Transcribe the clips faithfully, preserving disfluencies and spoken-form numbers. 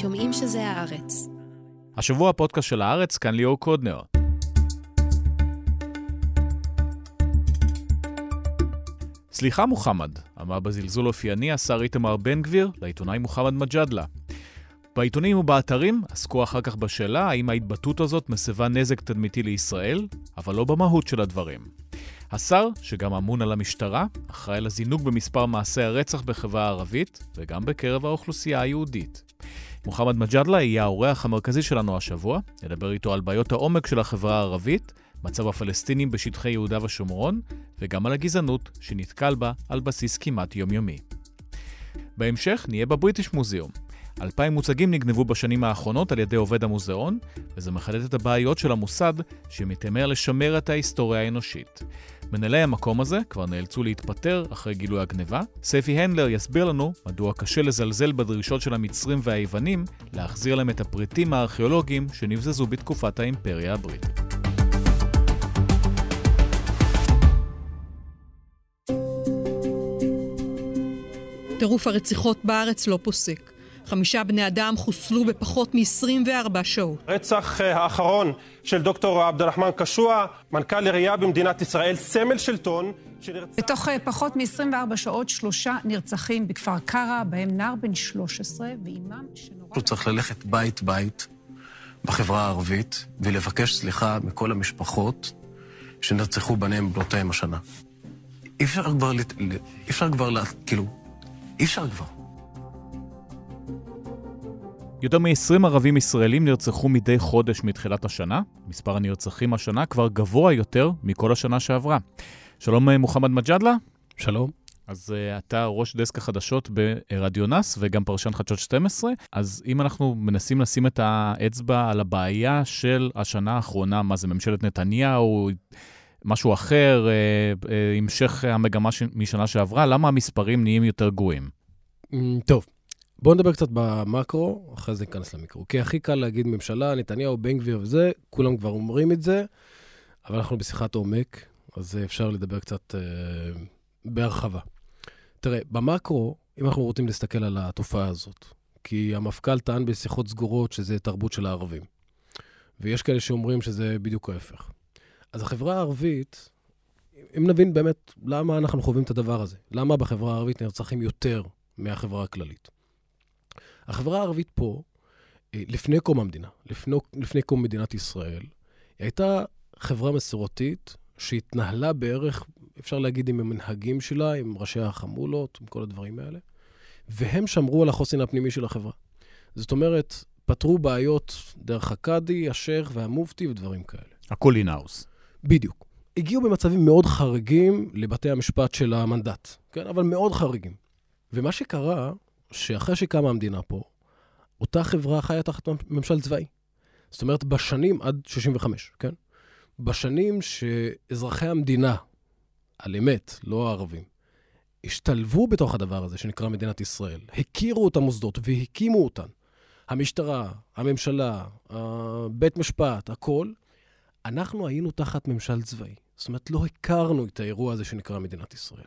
שומעים שזה הארץ. השבוע הפודקאסט של הארץ, כאן ליאור קודנר. סליחה מוחמד, אמר בזלזול אופייני השר איתמר בן גביר לעיתונאי מוחמד מג'אדלה. בעיתונים ובאתרים עסקו אחר כך בשאלה האם ההתבטאות הזאת מסבה נזק תדמיתי לישראל, אבל לא במהות של הדברים. השר, שגם אמון על המשטרה, אחראי לזינוק במספר מעשי הרצח בחברה הערבית וגם בקרב האוכלוסייה היהודית. מוחמד מג'אדלה יהיה האורח המרכזי שלנו השבוע, נדבר איתו על בעיות העומק של החברה הערבית, מצב הפלסטינים בשטחי יהודה ושומרון, וגם על הגזענות שנתקל בה על בסיס כמעט יומיומי. בהמשך נהיה בבריטיש מוזיאום. אלפיים מוצגים נגנבו בשנים האחרונות על ידי עובד המוזיאון, וזה מחדד את הבעיות של המוסד שמתאמר לשמר את ההיסטוריה האנושית. מנהלי המקום הזה כבר נאלצו להתפטר אחרי גילוי הגניבה. ספי הנדלר יסביר לנו מדוע קשה לזלזל בדרישות של המצרים והיוונים להחזיר להם את הפריטים הארכיאולוגיים שנבזזו בתקופת האימפריה הבריטית. טירוף הרציחות בארץ לא פוסק. חמישה בני אדם חוסלו בפחות מ-עשרים וארבע שעות. רצח האחרון של דוקטור עבדרחמן קשוע, מנכ"ל עירייה במדינת ישראל, סמל שלטון. שנרצח... בתוך פחות מ-עשרים וארבע שעות שלושה נרצחים בכפר קרא, בהם נער בן שלוש עשרה ואימם שנורא... הוא צריך ללכת בית בית בחברה הערבית ולבקש סליחה מכל המשפחות שנרצחו בניהם ובנותיהם השנה. אי אפשר כבר, אי אפשר כבר, כאילו, אי אפשר כבר. יותר מ-עשרים ערבים ישראלים נרצחו מדי חודש מתחילת השנה. מספר הנרצחים השנה כבר גבוה יותר מכל השנה שעברה. שלום מוחמד מג'אדלה. שלום. אז uh, אתה ראש דסק החדשות ברדיו נס וגם פרשן חדשות שתים עשרה. אז אם אנחנו מנסים לשים את האצבע על הבעיה של השנה האחרונה, מה זה ממשלת נתניהו, משהו אחר, uh, uh, המשך המגמה ש... משנה שעברה, למה המספרים נהיים יותר גרועים? Mm, טוב. בואו נדבר קצת במקרו, אחרי זה ניכנס למיקרו. כי הכי קל להגיד ממשלה, נתניהו, בן גביר וזה, כולם כבר אומרים את זה, אבל אנחנו בשיחת עומק, אז אפשר לדבר קצת אה, בהרחבה. תראה, במקרו, אם אנחנו רוצים להסתכל על התופעה הזאת, כי המפכ"ל טען בשיחות סגורות שזה תרבות של הערבים, ויש כאלה שאומרים שזה בדיוק ההפך. אז החברה הערבית, אם נבין באמת למה אנחנו חווים את הדבר הזה, למה בחברה הערבית נרצחים יותר מהחברה הכללית. החברה הערבית פה, לפני קום המדינה, לפני, לפני קום מדינת ישראל, היא הייתה חברה מסורתית שהתנהלה בערך, אפשר להגיד, עם המנהגים שלה, עם ראשי החמולות, עם כל הדברים האלה, והם שמרו על החוסן הפנימי של החברה. זאת אומרת, פתרו בעיות דרך הקאדי, השייך והמופתי ודברים כאלה. הכל אינאוס. בדיוק. הגיעו במצבים מאוד חריגים לבתי המשפט של המנדט, כן? אבל מאוד חריגים. ומה שקרה, שאחרי שקמה המדינה פה, אותה חברה חיה תחת ממשל צבאי. זאת אומרת, בשנים עד שישים וחמש, כן? בשנים שאזרחי המדינה, על אמת, לא הערבים, השתלבו בתוך הדבר הזה שנקרא מדינת ישראל, הכירו את המוסדות והקימו אותן. המשטרה, הממשלה, בית משפט, הכל, אנחנו היינו תחת ממשל צבאי. זאת אומרת, לא הכרנו את האירוע הזה שנקרא מדינת ישראל.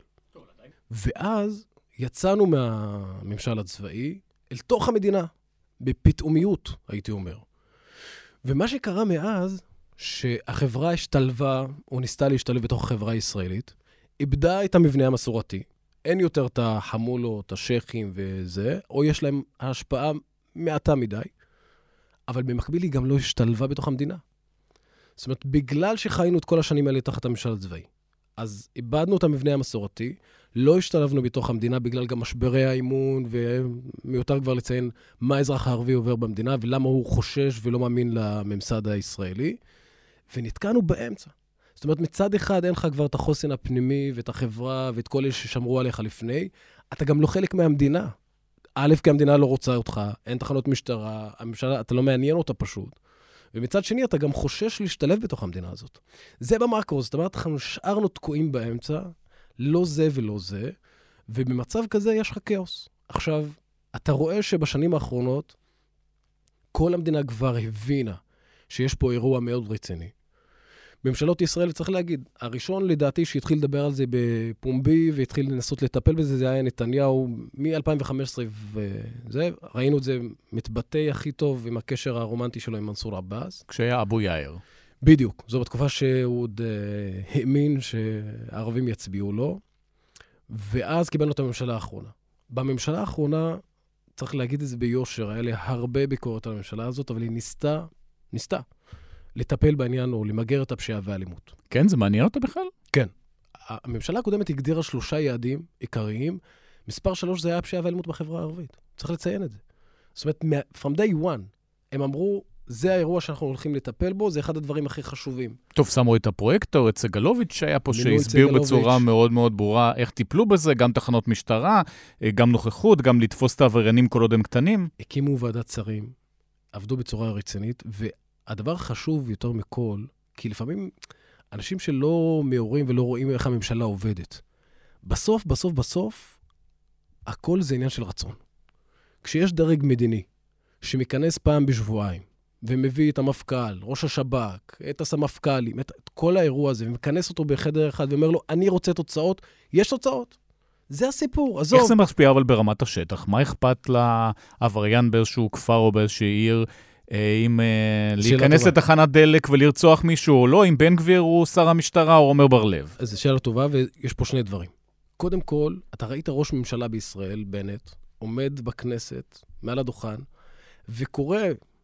ואז יצאנו מהממשל הצבאי אל תוך המדינה, בפתאומיות, הייתי אומר. ומה שקרה מאז, שהחברה השתלבה, או ניסתה להשתלב בתוך החברה הישראלית, איבדה את המבנה המסורתי. אין יותר את החמולות, השייכים וזה, או יש להם השפעה מעטה מדי, אבל במקביל היא גם לא השתלבה בתוך המדינה. זאת אומרת, בגלל שחיינו את כל השנים האלה תחת הממשל הצבאי, אז איבדנו את המבנה המסורתי, לא השתלבנו בתוך המדינה בגלל גם משברי האימון, ומיותר כבר לציין מה האזרח הערבי עובר במדינה, ולמה הוא חושש ולא מאמין לממסד הישראלי, ונתקענו באמצע. זאת אומרת, מצד אחד אין לך כבר את החוסן הפנימי, ואת החברה, ואת כל אלה ששמרו עליך לפני, אתה גם לא חלק מהמדינה. א', כי המדינה לא רוצה אותך, אין תחנות משטרה, הממשלה, אתה לא מעניין אותה פשוט. ומצד שני, אתה גם חושש להשתלב בתוך המדינה הזאת. זה במקרו, זאת אומרת, אנחנו נשארנו תקועים באמצע, לא זה ולא זה, ובמצב כזה יש לך כאוס. עכשיו, אתה רואה שבשנים האחרונות, כל המדינה כבר הבינה שיש פה אירוע מאוד רציני. ממשלות ישראל, צריך להגיד, הראשון לדעתי שהתחיל לדבר על זה בפומבי, והתחיל לנסות לטפל בזה, זה היה נתניהו מ-אלפיים וחמש עשרה, וזה, ראינו את זה מתבטא הכי טוב עם הקשר הרומנטי שלו עם מנסור עבאס. כשהיה אבו יאיר. בדיוק, זו בתקופה שהוא עוד uh, האמין שהערבים יצביעו לו, ואז קיבלנו את הממשלה האחרונה. בממשלה האחרונה, צריך להגיד את זה ביושר, היה לי הרבה ביקורת על הממשלה הזאת, אבל היא ניסתה, ניסתה, לטפל בעניין או למגר את הפשיעה והאלימות. כן, זה מעניין אותה בכלל? כן. הממשלה הקודמת הגדירה שלושה יעדים עיקריים. מספר שלוש זה היה הפשיעה והאלימות בחברה הערבית. צריך לציין את זה. זאת אומרת, from day one, הם אמרו, זה האירוע שאנחנו הולכים לטפל בו, זה אחד הדברים הכי חשובים. טוב, שמו את הפרויקטור, את סגלוביץ' שהיה פה, שהסביר בצורה מאוד מאוד ברורה איך טיפלו בזה, גם תחנות משטרה, גם נוכחות, גם לתפוס את העבריינים כל עוד הם קטנים. הקימו ועדת שרים, עבדו בצורה רצינית, והדבר חשוב יותר מכל, כי לפעמים אנשים שלא מעורים ולא רואים איך הממשלה עובדת. בסוף, בסוף, בסוף, הכל זה עניין של רצון. כשיש דרג מדיני, שמכנס פעם בשבועיים, ומביא את המפכ"ל, ראש השב"כ, את הסמפכ"לים, את, את כל האירוע הזה, ומכנס אותו בחדר אחד, ואומר לו, אני רוצה תוצאות, יש תוצאות. זה הסיפור, עזוב. איך זה משפיע אבל ברמת השטח? מה אכפת לעבריין באיזשהו כפר או באיזושהי עיר, אם להיכנס לתחנת דלק ולרצוח מישהו או לא, אם בן גביר הוא שר המשטרה או עומר בר לב? אז זו שאלה טובה, ויש פה שני דברים. קודם כל, אתה ראית ראש ממשלה בישראל, בנט, עומד בכנסת, מעל הדוכן, וקורא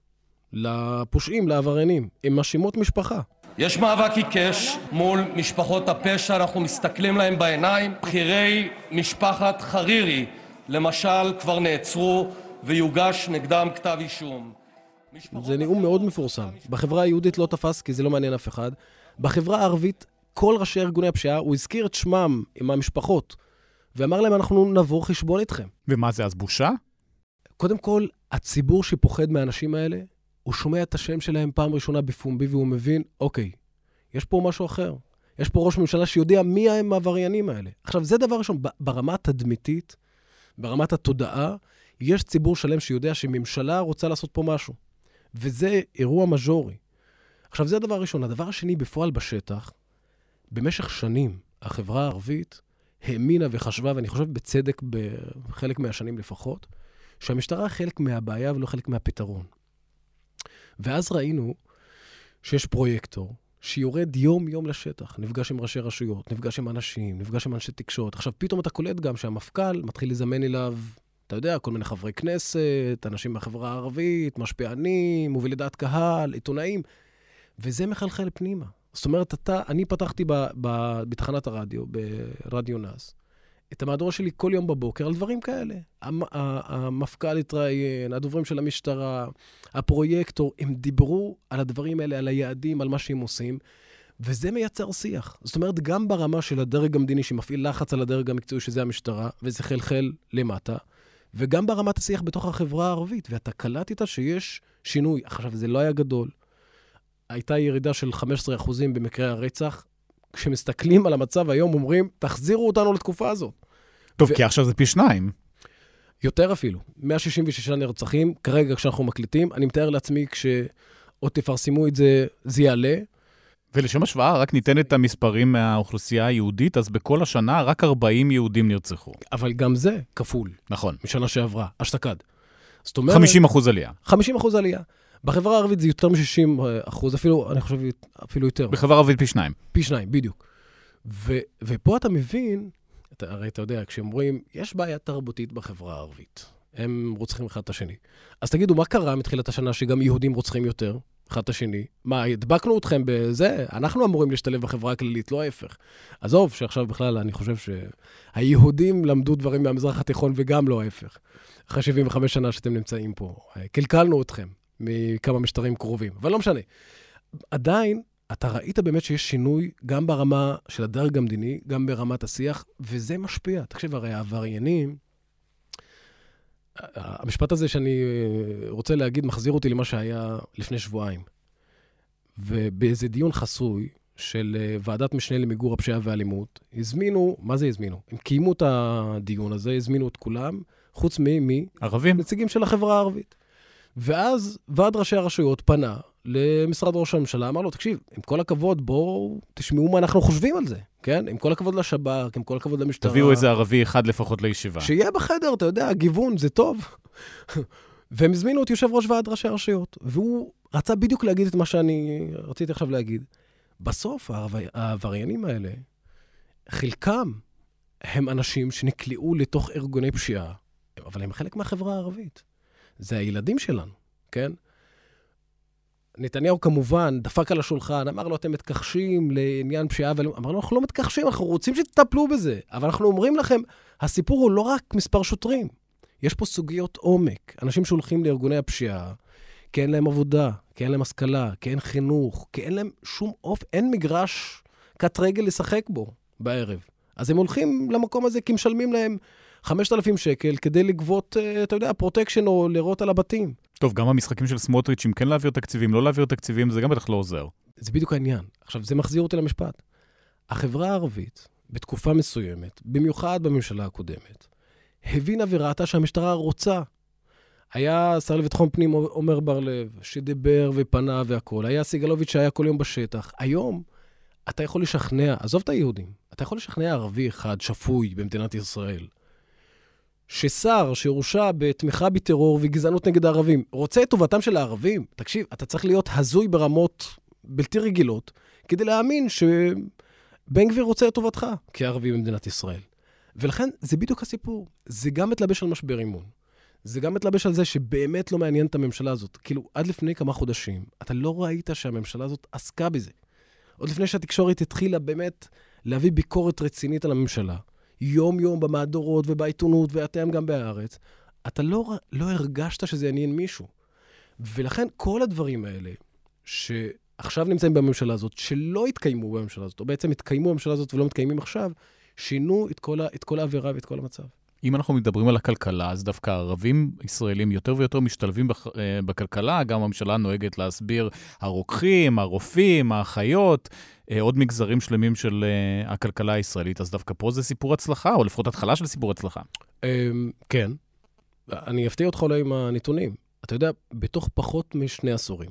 לפושעים, לעבריינים, עם מאשימות משפחה. יש מאבק עיקש מול משפחות הפשע, אנחנו מסתכלים להם בעיניים. בחירי משפחת חרירי, למשל, כבר נעצרו ויוגש נגדם כתב אישום. זה נאום מאוד מפורסם. בחברה היהודית לא תפס, כי זה לא מעניין אף אחד. בחברה הערבית, כל ראשי ארגוני הפשיעה, הוא הזכיר את שמם עם המשפחות, ואמר להם, אנחנו נבוא חשבון איתכם. ומה זה, אז בושה? קודם כל, הציבור שפוחד מהאנשים האלה, הוא שומע את השם שלהם פעם ראשונה בפומבי, והוא מבין, אוקיי, יש פה משהו אחר. יש פה ראש ממשלה שיודע מי הם העבריינים האלה. עכשיו, זה דבר ראשון, ברמה התדמיתית, ברמת התודעה, יש ציבור שלם שיודע שממשלה רוצה לעשות פה משהו. וזה אירוע מז'ורי. עכשיו, זה הדבר הראשון. הדבר השני, בפועל בשטח, במשך שנים, החברה הערבית האמינה וחשבה, ואני חושב בצדק בחלק מהשנים לפחות, שהמשטרה חלק מהבעיה ולא חלק מהפתרון. ואז ראינו שיש פרויקטור שיורד יום-יום לשטח, נפגש עם ראשי רשויות, נפגש עם אנשים, נפגש עם אנשי תקשורת. עכשיו, פתאום אתה קולט גם שהמפכ"ל מתחיל לזמן אליו, אתה יודע, כל מיני חברי כנסת, אנשים מהחברה הערבית, משפיענים, מובילי דעת קהל, עיתונאים, וזה מחלחל פנימה. זאת אומרת, אתה, אני פתחתי ב, ב, בתחנת הרדיו, ברדיו נאס, את המהדורה שלי כל יום בבוקר על דברים כאלה. המפכ"ל התראיין, הדוברים של המשטרה, הפרויקטור, הם דיברו על הדברים האלה, על היעדים, על מה שהם עושים, וזה מייצר שיח. זאת אומרת, גם ברמה של הדרג המדיני שמפעיל לחץ על הדרג המקצועי, שזה המשטרה, וזה חלחל למטה, וגם ברמת השיח בתוך החברה הערבית, ואתה קלטת שיש שינוי. עכשיו, זה לא היה גדול. הייתה ירידה של חמישה עשר אחוז במקרה הרצח. כשמסתכלים על המצב היום, אומרים, תחזירו אותנו לתקופה הזאת. טוב, ו... כי עכשיו זה פי שניים. יותר אפילו. מאה שישים ושישה נרצחים, כרגע כשאנחנו מקליטים, אני מתאר לעצמי כשעוד תפרסמו את זה, זה יעלה. ולשם השוואה, רק ניתן את המספרים מהאוכלוסייה היהודית, אז בכל השנה רק ארבעים יהודים נרצחו. אבל גם זה כפול. נכון. משנה שעברה, אשתקד. זאת אומרת... חמישים אחוז עלייה. חמישים אחוז עלייה. בחברה הערבית זה יותר מ-שישים אחוז, אפילו, אני חושב, אפילו יותר. בחברה הערבית פי שניים. פי שניים, בדיוק. ו- ופה אתה מבין, אתה, הרי אתה יודע, כשהם אומרים, יש בעיה תרבותית בחברה הערבית. הם רוצחים אחד את השני. אז תגידו, מה קרה מתחילת השנה שגם יהודים רוצחים יותר? אחד את השני. מה, הדבקנו אתכם בזה? אנחנו אמורים להשתלב בחברה הכללית, לא ההפך. עזוב, שעכשיו בכלל אני חושב שהיהודים למדו דברים מהמזרח התיכון וגם לא ההפך. אחרי שבעים וחמש שנה שאתם נמצאים פה. קלקלנו אתכם מכמה משטרים קרובים, אבל לא משנה. עדיין, אתה ראית באמת שיש שינוי גם ברמה של הדרג המדיני, גם ברמת השיח, וזה משפיע. תקשיב, הרי העבריינים, המשפט הזה שאני רוצה להגיד, מחזיר אותי למה שהיה לפני שבועיים. ובאיזה דיון חסוי של ועדת משנה למיגור הפשיעה והאלימות, הזמינו, מה זה הזמינו? הם קיימו את הדיון הזה, הזמינו את כולם, חוץ ממי? ערבים. נציגים של החברה הערבית. ואז ועד ראשי הרשויות פנה למשרד ראש הממשלה, אמר לו, תקשיב, עם כל הכבוד, בואו תשמעו מה אנחנו חושבים על זה, כן? עם כל הכבוד לשב"כ, עם כל הכבוד למשטרה. תביאו איזה ערבי אחד לפחות לישיבה. שיהיה בחדר, אתה יודע, גיוון, זה טוב. והם הזמינו את יושב ראש ועד ראשי הרשויות, והוא רצה בדיוק להגיד את מה שאני רציתי עכשיו להגיד. בסוף, העבריינים האלה, חלקם הם אנשים שנקלעו לתוך ארגוני פשיעה, אבל הם חלק מהחברה הערבית. זה הילדים שלנו, כן? נתניהו כמובן דפק על השולחן, אמר לו, אתם מתכחשים לעניין פשיעה, אמר לו, אנחנו לא מתכחשים, אנחנו רוצים שתטפלו בזה, אבל אנחנו אומרים לכם, הסיפור הוא לא רק מספר שוטרים, יש פה סוגיות עומק, אנשים שהולכים לארגוני הפשיעה, כי אין להם עבודה, כי אין להם השכלה, כי אין חינוך, כי אין להם שום אוף, אין מגרש קט רגל לשחק בו בערב. אז הם הולכים למקום הזה כי משלמים להם חמשת אלפים שקל כדי לגבות, אתה יודע, פרוטקשן או לראות על הבתים. טוב, גם המשחקים של סמוטריץ' אם כן להעביר תקציבים, לא להעביר תקציבים, זה גם בטח לא עוזר. זה בדיוק העניין. עכשיו, זה מחזיר אותי למשפט. החברה הערבית, בתקופה מסוימת, במיוחד בממשלה הקודמת, הבינה וראתה שהמשטרה רוצה. היה שר לביטחון פנים עומר בר-לב, שדיבר ופנה והכל. היה סיגלוביץ' שהיה כל יום בשטח. היום אתה יכול לשכנע, עזוב את היהודים, אתה יכול לשכנע ערבי אחד שפוי במדינת ישראל, ששר שהורשע בתמיכה בטרור וגזענות נגד הערבים, רוצה את טובתם של הערבים, תקשיב, אתה צריך להיות הזוי ברמות בלתי רגילות, כדי להאמין שבן גביר רוצה את טובתך כערבי במדינת ישראל. ולכן זה בדיוק הסיפור. זה גם מתלבש על משבר אימון. זה גם מתלבש על זה שבאמת לא מעניין את הממשלה הזאת. כאילו, עד לפני כמה חודשים, אתה לא ראית שהממשלה הזאת עסקה בזה. עוד לפני שהתקשורת התחילה באמת להביא ביקורת רצינית על הממשלה, יום-יום במהדורות ובעיתונות, ואתם גם בארץ, אתה לא, לא הרגשת שזה עניין מישהו. ולכן כל הדברים האלה, שעכשיו נמצאים בממשלה הזאת, שלא התקיימו בממשלה הזאת, או בעצם התקיימו בממשלה הזאת ולא מתקיימים עכשיו, שינו את כל, ה, את כל העבירה ואת כל המצב. אם אנחנו מדברים על הכלכלה, אז דווקא ערבים ישראלים יותר ויותר משתלבים בכלכלה, גם הממשלה נוהגת להסביר הרוקחים, הרופאים, האחיות, עוד מגזרים שלמים של הכלכלה הישראלית, אז דווקא פה זה סיפור הצלחה, או לפחות התחלה של סיפור הצלחה. כן. אני אפתיע אותך אולי עם הנתונים. אתה יודע, בתוך פחות משני עשורים,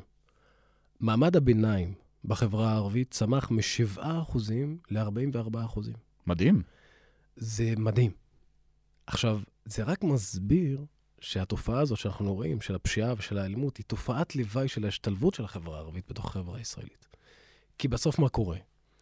מעמד הביניים בחברה הערבית צמח מ-שבעה אחוזים ל-ארבעים וארבעה אחוזים. מדהים. זה מדהים. עכשיו, זה רק מסביר שהתופעה הזאת שאנחנו רואים, של הפשיעה ושל האלימות, היא תופעת לוואי של ההשתלבות של החברה הערבית בתוך החברה הישראלית. כי בסוף מה קורה?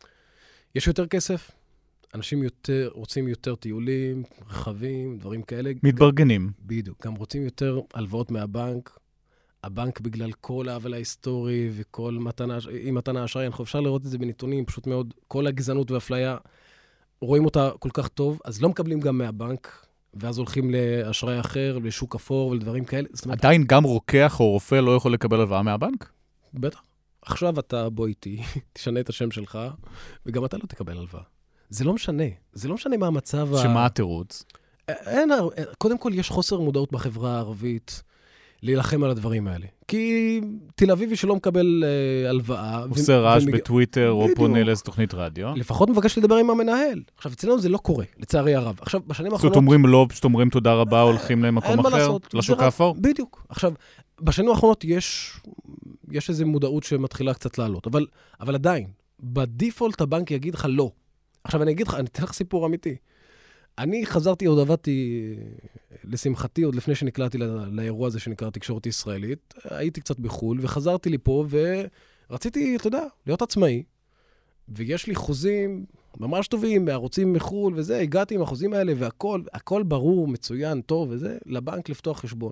יש יותר כסף, אנשים יותר, רוצים יותר טיולים, רכבים, דברים כאלה. מתברגנים. גם, בדיוק. גם רוצים יותר הלוואות מהבנק. הבנק בגלל כל העוול ההיסטורי וכל מתנה, עם מתנה אשראי, אנחנו אפשר לראות את זה בנתונים, פשוט מאוד, כל הגזענות והאפליה, רואים אותה כל כך טוב, אז לא מקבלים גם מהבנק, ואז הולכים לאשראי אחר, לשוק אפור ולדברים כאלה. עדיין גם רוקח או רופא לא יכול לקבל הלוואה מהבנק? בטח. עכשיו אתה בוא איתי, תשנה את השם שלך, וגם אתה לא תקבל הלוואה. זה לא משנה. זה לא משנה מה המצב... שמה התירוץ? אין, קודם כל יש חוסר מודעות בחברה הערבית להילחם על הדברים האלה. כי תל אביבי שלא מקבל אה, הלוואה... עושה רעש ומג... בטוויטר או פונה לאיזו תוכנית רדיו. לפחות מבקש לדבר עם המנהל. עכשיו, אצלנו זה לא קורה, לצערי הרב. עכשיו, בשנים האחרונות... זאת אומרים לא, פשוט אומרים תודה רבה, הולכים למקום אחר, לשוק האפור? בדיוק. עכשיו, בשנים האחרונות יש, יש איזו מודעות שמתחילה קצת לעלות, אבל, אבל עדיין, בדיפולט הבנק יגיד לך לא. עכשיו, אני אגיד לך, אני אתן לך סיפור אמיתי. אני חזרתי, עוד עבדתי, לשמחתי, עוד לפני שנקלעתי לאירוע הזה שנקרא תקשורת ישראלית, הייתי קצת בחול, וחזרתי לי פה, ורציתי, אתה יודע, להיות עצמאי, ויש לי חוזים ממש טובים, מערוצים מחול וזה, הגעתי עם החוזים האלה, והכל, הכל ברור, מצוין, טוב וזה, לבנק לפתוח חשבון.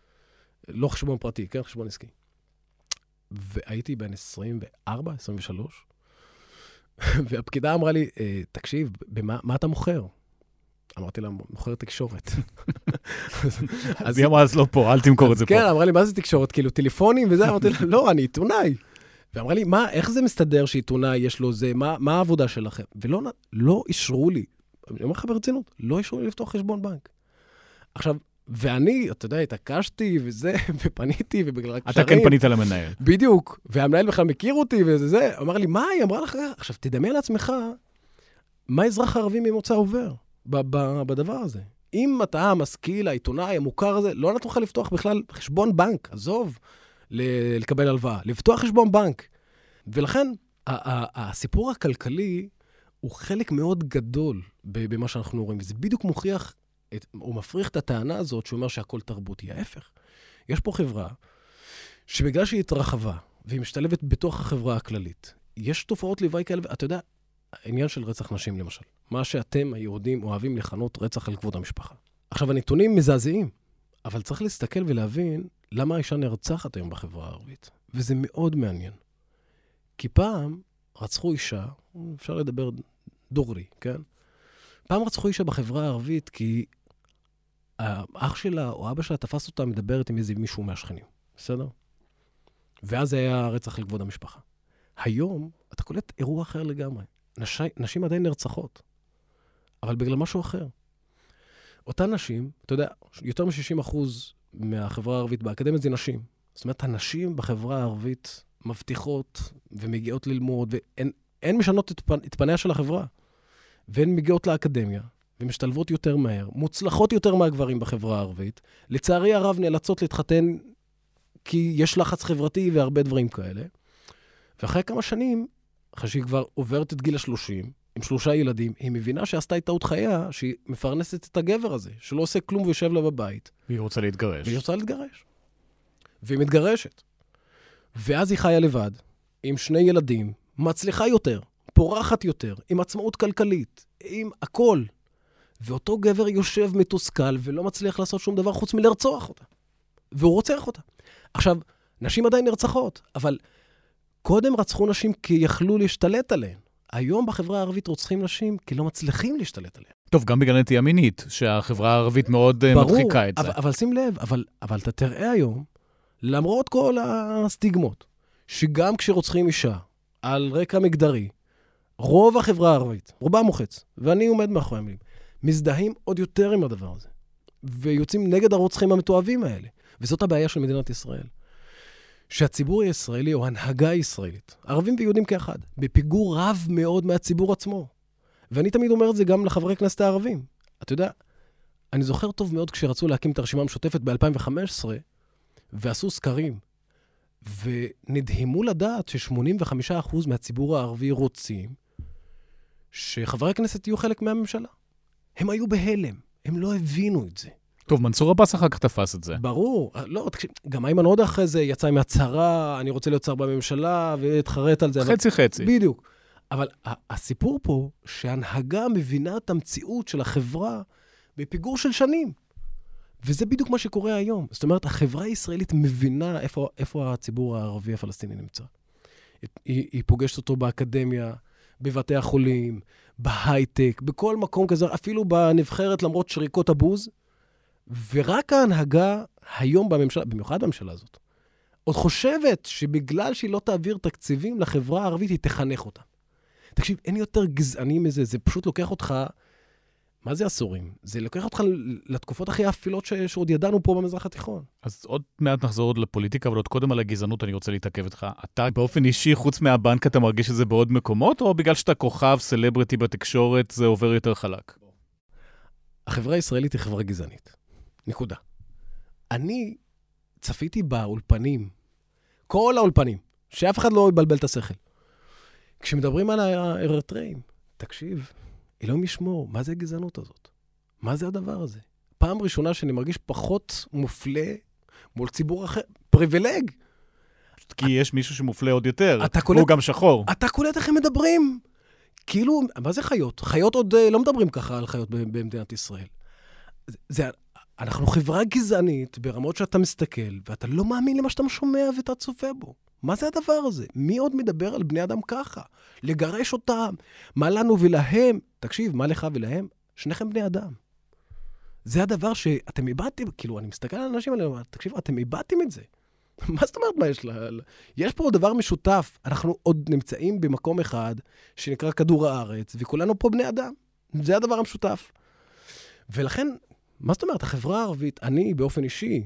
לא חשבון פרטי, כן? חשבון עסקי. והייתי בין עשרים וארבע, עשרים ושלוש, והפקידה אמרה לי, תקשיב, במה, מה אתה מוכר? אמרתי לה, מוכר תקשורת. אז היא אמרה, אז לא פה, אל תמכור את זה פה. כן, אמרה לי, מה זה תקשורת? כאילו, טלפונים וזה, אמרתי לה, לא, אני עיתונאי. ואמרה לי, מה, איך זה מסתדר שעיתונאי יש לו זה, מה, מה העבודה שלכם? ולא לא אישרו לי, אני אומר לך ברצינות, לא אישרו לי לפתוח חשבון בנק. עכשיו, ואני, אתה יודע, התעקשתי וזה, ופניתי, ובגלל הקשרים... אתה כן פנית למנהל. בדיוק, והמנהל בכלל מכיר אותי וזה, אמר לי, מה, היא אמרה לך? עכשיו, תדמיין לעצמך, מה אזרח ערבי ממוצא עובר בדבר הזה? אם אתה המשכיל, העיתונאי, המוכר הזה, לא נתנו לך לפתוח בכלל חשבון בנק, עזוב, לקבל הלוואה, לפתוח חשבון בנק. ולכן, הסיפור הכלכלי הוא חלק מאוד גדול במה שאנחנו רואים, וזה בדיוק מוכיח, הוא מפריך את הטענה הזאת, שהוא אומר שהכל תרבות היא ההפך. יש פה חברה שבגלל שהיא התרחבה, והיא משתלבת בתוך החברה הכללית, יש תופעות לוואי כאלה, אתה יודע, העניין של רצח נשים למשל, מה שאתם היהודים אוהבים לכנות רצח על כבוד המשפחה. עכשיו, הנתונים מזעזעים, אבל צריך להסתכל ולהבין למה האישה נרצחת היום בחברה הערבית. וזה מאוד מעניין. כי פעם רצחו אישה, אפשר לדבר דוגרי, כן? פעם רצחו אישה בחברה הערבית כי האח שלה או אבא שלה תפס אותה מדברת עם איזה מישהו מהשכנים. בסדר? ואז זה היה רצח לכבוד המשפחה. היום אתה קולט אירוע אחר לגמרי. נש... נשים עדיין נרצחות, אבל בגלל משהו אחר. אותן נשים, אתה יודע, יותר מ-שישים אחוז מהחברה הערבית באקדמית זה נשים. זאת אומרת, הנשים בחברה הערבית מבטיחות ומגיעות ללמוד, ואין אין משנות את, פנ, את פניה של החברה. והן מגיעות לאקדמיה, ומשתלבות יותר מהר, מוצלחות יותר מהגברים בחברה הערבית. לצערי הרב נאלצות להתחתן, כי יש לחץ חברתי והרבה דברים כאלה. ואחרי כמה שנים, אחרי שהיא כבר עוברת את גיל השלושים, עם שלושה ילדים, היא מבינה שעשתה את טעות חייה, שהיא מפרנסת את הגבר הזה, שלא עושה כלום ויושב לה בבית. והיא רוצה להתגרש. והיא רוצה להתגרש. והיא מתגרשת. ואז היא חיה לבד, עם שני ילדים, מצליחה יותר, פורחת יותר, עם עצמאות כלכלית, עם הכל. ואותו גבר יושב מתוסכל ולא מצליח לעשות שום דבר חוץ מלרצוח אותה. והוא רוצח אותה. עכשיו, נשים עדיין נרצחות, אבל קודם רצחו נשים כי יכלו להשתלט עליהן. היום בחברה הערבית רוצחים נשים כי לא מצליחים להשתלט עליהן. טוב, גם בגלל נטייה מינית, שהחברה הערבית מאוד ברור, מדחיקה את זה. אבל, אבל שים לב, אבל, אבל אתה תראה היום, למרות כל הסטיגמות, שגם כשרוצחים אישה על רקע מגדרי, רוב החברה הערבית, רובה מוחץ, ואני עומד מאחורי המילים, מזדהים עוד יותר עם הדבר הזה, ויוצאים נגד הרוצחים המתועבים האלה. וזאת הבעיה של מדינת ישראל. שהציבור הישראלי, או הנהגה הישראלית, ערבים ויהודים כאחד, בפיגור רב מאוד מהציבור עצמו. ואני תמיד אומר את זה גם לחברי כנסת הערבים. אתה יודע, אני זוכר טוב מאוד כשרצו להקים את הרשימה המשותפת ב-אלפיים וחמש עשרה, ועשו סקרים, ונדהמו לדעת ש-שמונים וחמישה אחוז מהציבור הערבי רוצים שחברי הכנסת יהיו חלק מהממשלה. הם היו בהלם, הם לא הבינו את זה. טוב, מנסור עבאס אחר כך תפס את זה. ברור. לא, תקשיב, גם איימן עודה אחרי זה יצא מהצהרה, אני רוצה להיות שר בממשלה, והתחרט על זה. חצי חצי. בדיוק. אבל הסיפור פה, שהנהגה מבינה את המציאות של החברה בפיגור של שנים. וזה בדיוק מה שקורה היום. זאת אומרת, החברה הישראלית מבינה איפה, איפה הציבור הערבי הפלסטיני נמצא. היא, היא פוגשת אותו באקדמיה, בבתי החולים, בהייטק, בכל מקום כזה, אפילו בנבחרת למרות שריקות הבוז, ורק ההנהגה היום בממשלה, במיוחד בממשלה הזאת, עוד חושבת שבגלל שהיא לא תעביר תקציבים לחברה הערבית, היא תחנך אותה. תקשיב, אין יותר גזעני מזה, זה פשוט לוקח אותך, מה זה עשורים? זה לוקח אותך לתקופות הכי אפלות ש... שעוד ידענו פה במזרח התיכון. אז עוד מעט נחזור עוד לפוליטיקה, אבל עוד קודם על הגזענות אני רוצה להתעכב איתך. אתה באופן אישי, חוץ מהבנק, אתה מרגיש את זה בעוד מקומות, או בגלל שאתה כוכב, סלבריטי בתקשורת, זה עובר יותר חלק? החברה הישראלית היא חברה גזענית. נקודה. אני צפיתי באולפנים, כל האולפנים, שאף אחד לא יבלבל את השכל. כשמדברים על האריתראים, תקשיב, אלוהים ישמור, מה זה הגזענות הזאת? מה זה הדבר הזה? פעם ראשונה שאני מרגיש פחות מופלה מול ציבור אחר, פריבילג. כי את... יש מישהו שמופלה עוד יותר, קולט... והוא גם שחור. אתה קולט איך הם מדברים? כאילו, מה זה חיות? חיות עוד לא מדברים ככה על חיות במדינת ישראל. זה... אנחנו חברה גזענית ברמות שאתה מסתכל, ואתה לא מאמין למה שאתה שומע ואתה צופה בו. מה זה הדבר הזה? מי עוד מדבר על בני אדם ככה? לגרש אותם. מה לנו ולהם? תקשיב, מה לך ולהם? שניכם בני אדם. זה הדבר שאתם איבדתם, כאילו, אני מסתכל על אנשים האלה, תקשיב, אתם איבדתם את זה. מה זאת אומרת, מה יש לה? יש פה דבר משותף. אנחנו עוד נמצאים במקום אחד, שנקרא כדור הארץ, וכולנו פה בני אדם. זה הדבר המשותף. ולכן, מה זאת אומרת? החברה הערבית, אני באופן אישי,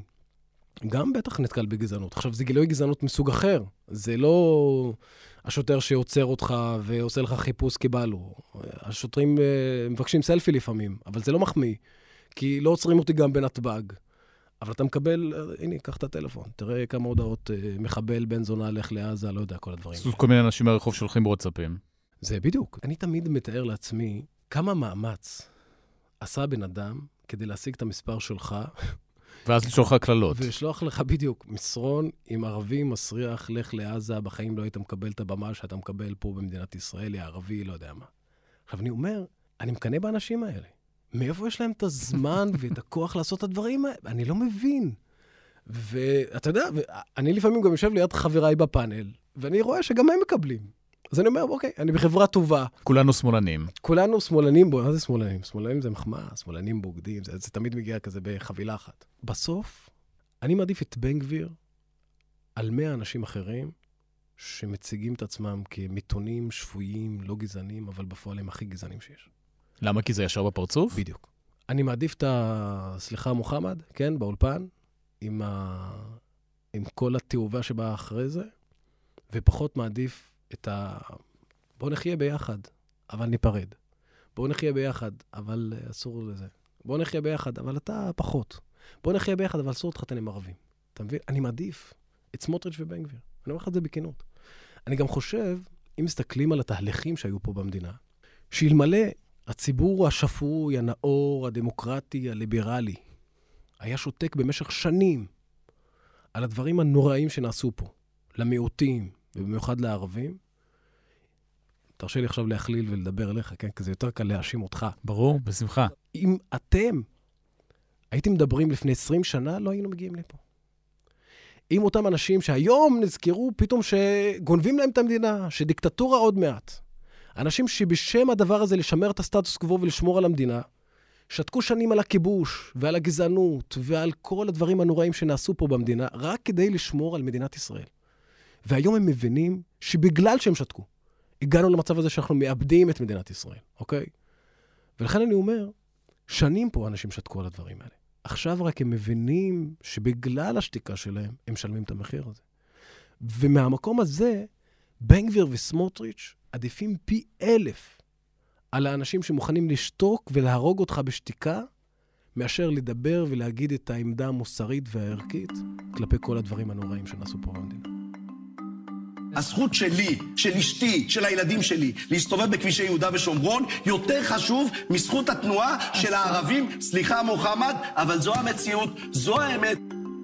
גם בטח נתקל בגזענות. עכשיו, זה גילוי גזענות מסוג אחר. זה לא השוטר שעוצר אותך ועושה לך חיפוש כבא לו. השוטרים מבקשים סלפי לפעמים, אבל זה לא מחמיא, כי לא עוצרים אותי גם בנתב"ג. אבל אתה מקבל, הנה, קח את הטלפון, תראה כמה הודעות, מחבל, בן זונה, לך לעזה, לא יודע, כל הדברים. זאת כל מיני אנשים מהרחוב שולחים בוואטסאפים. זה בדיוק. אני תמיד מתאר לעצמי כמה מאמץ עשה בן אדם כדי להשיג את המספר שלך. ואז לשלוח לך כללות. ולשלוח לך בדיוק מסרון עם ערבי מסריח, לך לעזה, בחיים לא היית מקבל את הבמה שאתה מקבל פה במדינת ישראל, יא ערבי, לא יודע מה. עכשיו אני אומר, אני מקנה באנשים האלה. מאיפה יש להם את הזמן ואת הכוח לעשות את הדברים האלה? אני לא מבין. ואתה יודע, אני לפעמים גם יושב ליד חבריי בפאנל, ואני רואה שגם הם מקבלים. אז אני אומר, אוקיי, אני בחברה טובה. כולנו שמאלנים. כולנו שמאלנים, בו, מה זה שמאלנים? שמאלנים זה מחמאה, שמאלנים בוגדים, זה, זה תמיד מגיע כזה בחבילה אחת. בסוף, אני מעדיף את בן גביר על מאה אנשים אחרים, שמציגים את עצמם כמיתונים, שפויים, לא גזענים, אבל בפועל הם הכי גזענים שיש. למה? כי זה ישר בפרצוף? בדיוק. אני מעדיף את ה... סליחה, מוחמד, כן, באולפן, עם, ה... עם כל התאובה שבאה אחרי זה, ופחות מעדיף את ה... בוא נחיה ביחד, אבל ניפרד. בוא נחיה ביחד, אבל אסור לזה. בוא נחיה ביחד, אבל אתה פחות. בוא נחיה ביחד, אבל אסור להתחתן עם ערבים. אתה מבין? אני מעדיף את סמוטריץ' ובן גביר. אני אומר לך את זה בכנות. אני גם חושב, אם מסתכלים על התהליכים שהיו פה במדינה, שאלמלא הציבור השפוי, הנאור, הדמוקרטי, הליברלי, היה שותק במשך שנים על הדברים הנוראים שנעשו פה, למיעוטים, ובמיוחד לערבים, תרשה לי עכשיו להכליל ולדבר אליך, כן? כי זה יותר קל להאשים אותך. ברור, בשמחה. אם אתם הייתם מדברים לפני עשרים שנה, לא היינו מגיעים לפה. אם אותם אנשים שהיום נזכרו פתאום שגונבים להם את המדינה, שדיקטטורה עוד מעט, אנשים שבשם הדבר הזה לשמר את הסטטוס קוו ולשמור על המדינה, שתקו שנים על הכיבוש ועל הגזענות ועל כל הדברים הנוראים שנעשו פה במדינה, רק כדי לשמור על מדינת ישראל. והיום הם מבינים שבגלל שהם שתקו, הגענו למצב הזה שאנחנו מאבדים את מדינת ישראל, אוקיי? ולכן אני אומר, שנים פה אנשים שתקו על הדברים האלה. עכשיו רק הם מבינים שבגלל השתיקה שלהם, הם משלמים את המחיר הזה. ומהמקום הזה, בן גביר וסמוטריץ' עדיפים פי אלף על האנשים שמוכנים לשתוק ולהרוג אותך בשתיקה, מאשר לדבר ולהגיד את העמדה המוסרית והערכית כלפי כל הדברים הנוראים שנעשו פה במדינה. הזכות שלי, של אשתי, של הילדים שלי, להסתובב בכבישי יהודה ושומרון, יותר חשוב מזכות התנועה של הערבים. סליחה מוחמד, אבל זו המציאות, זו האמת.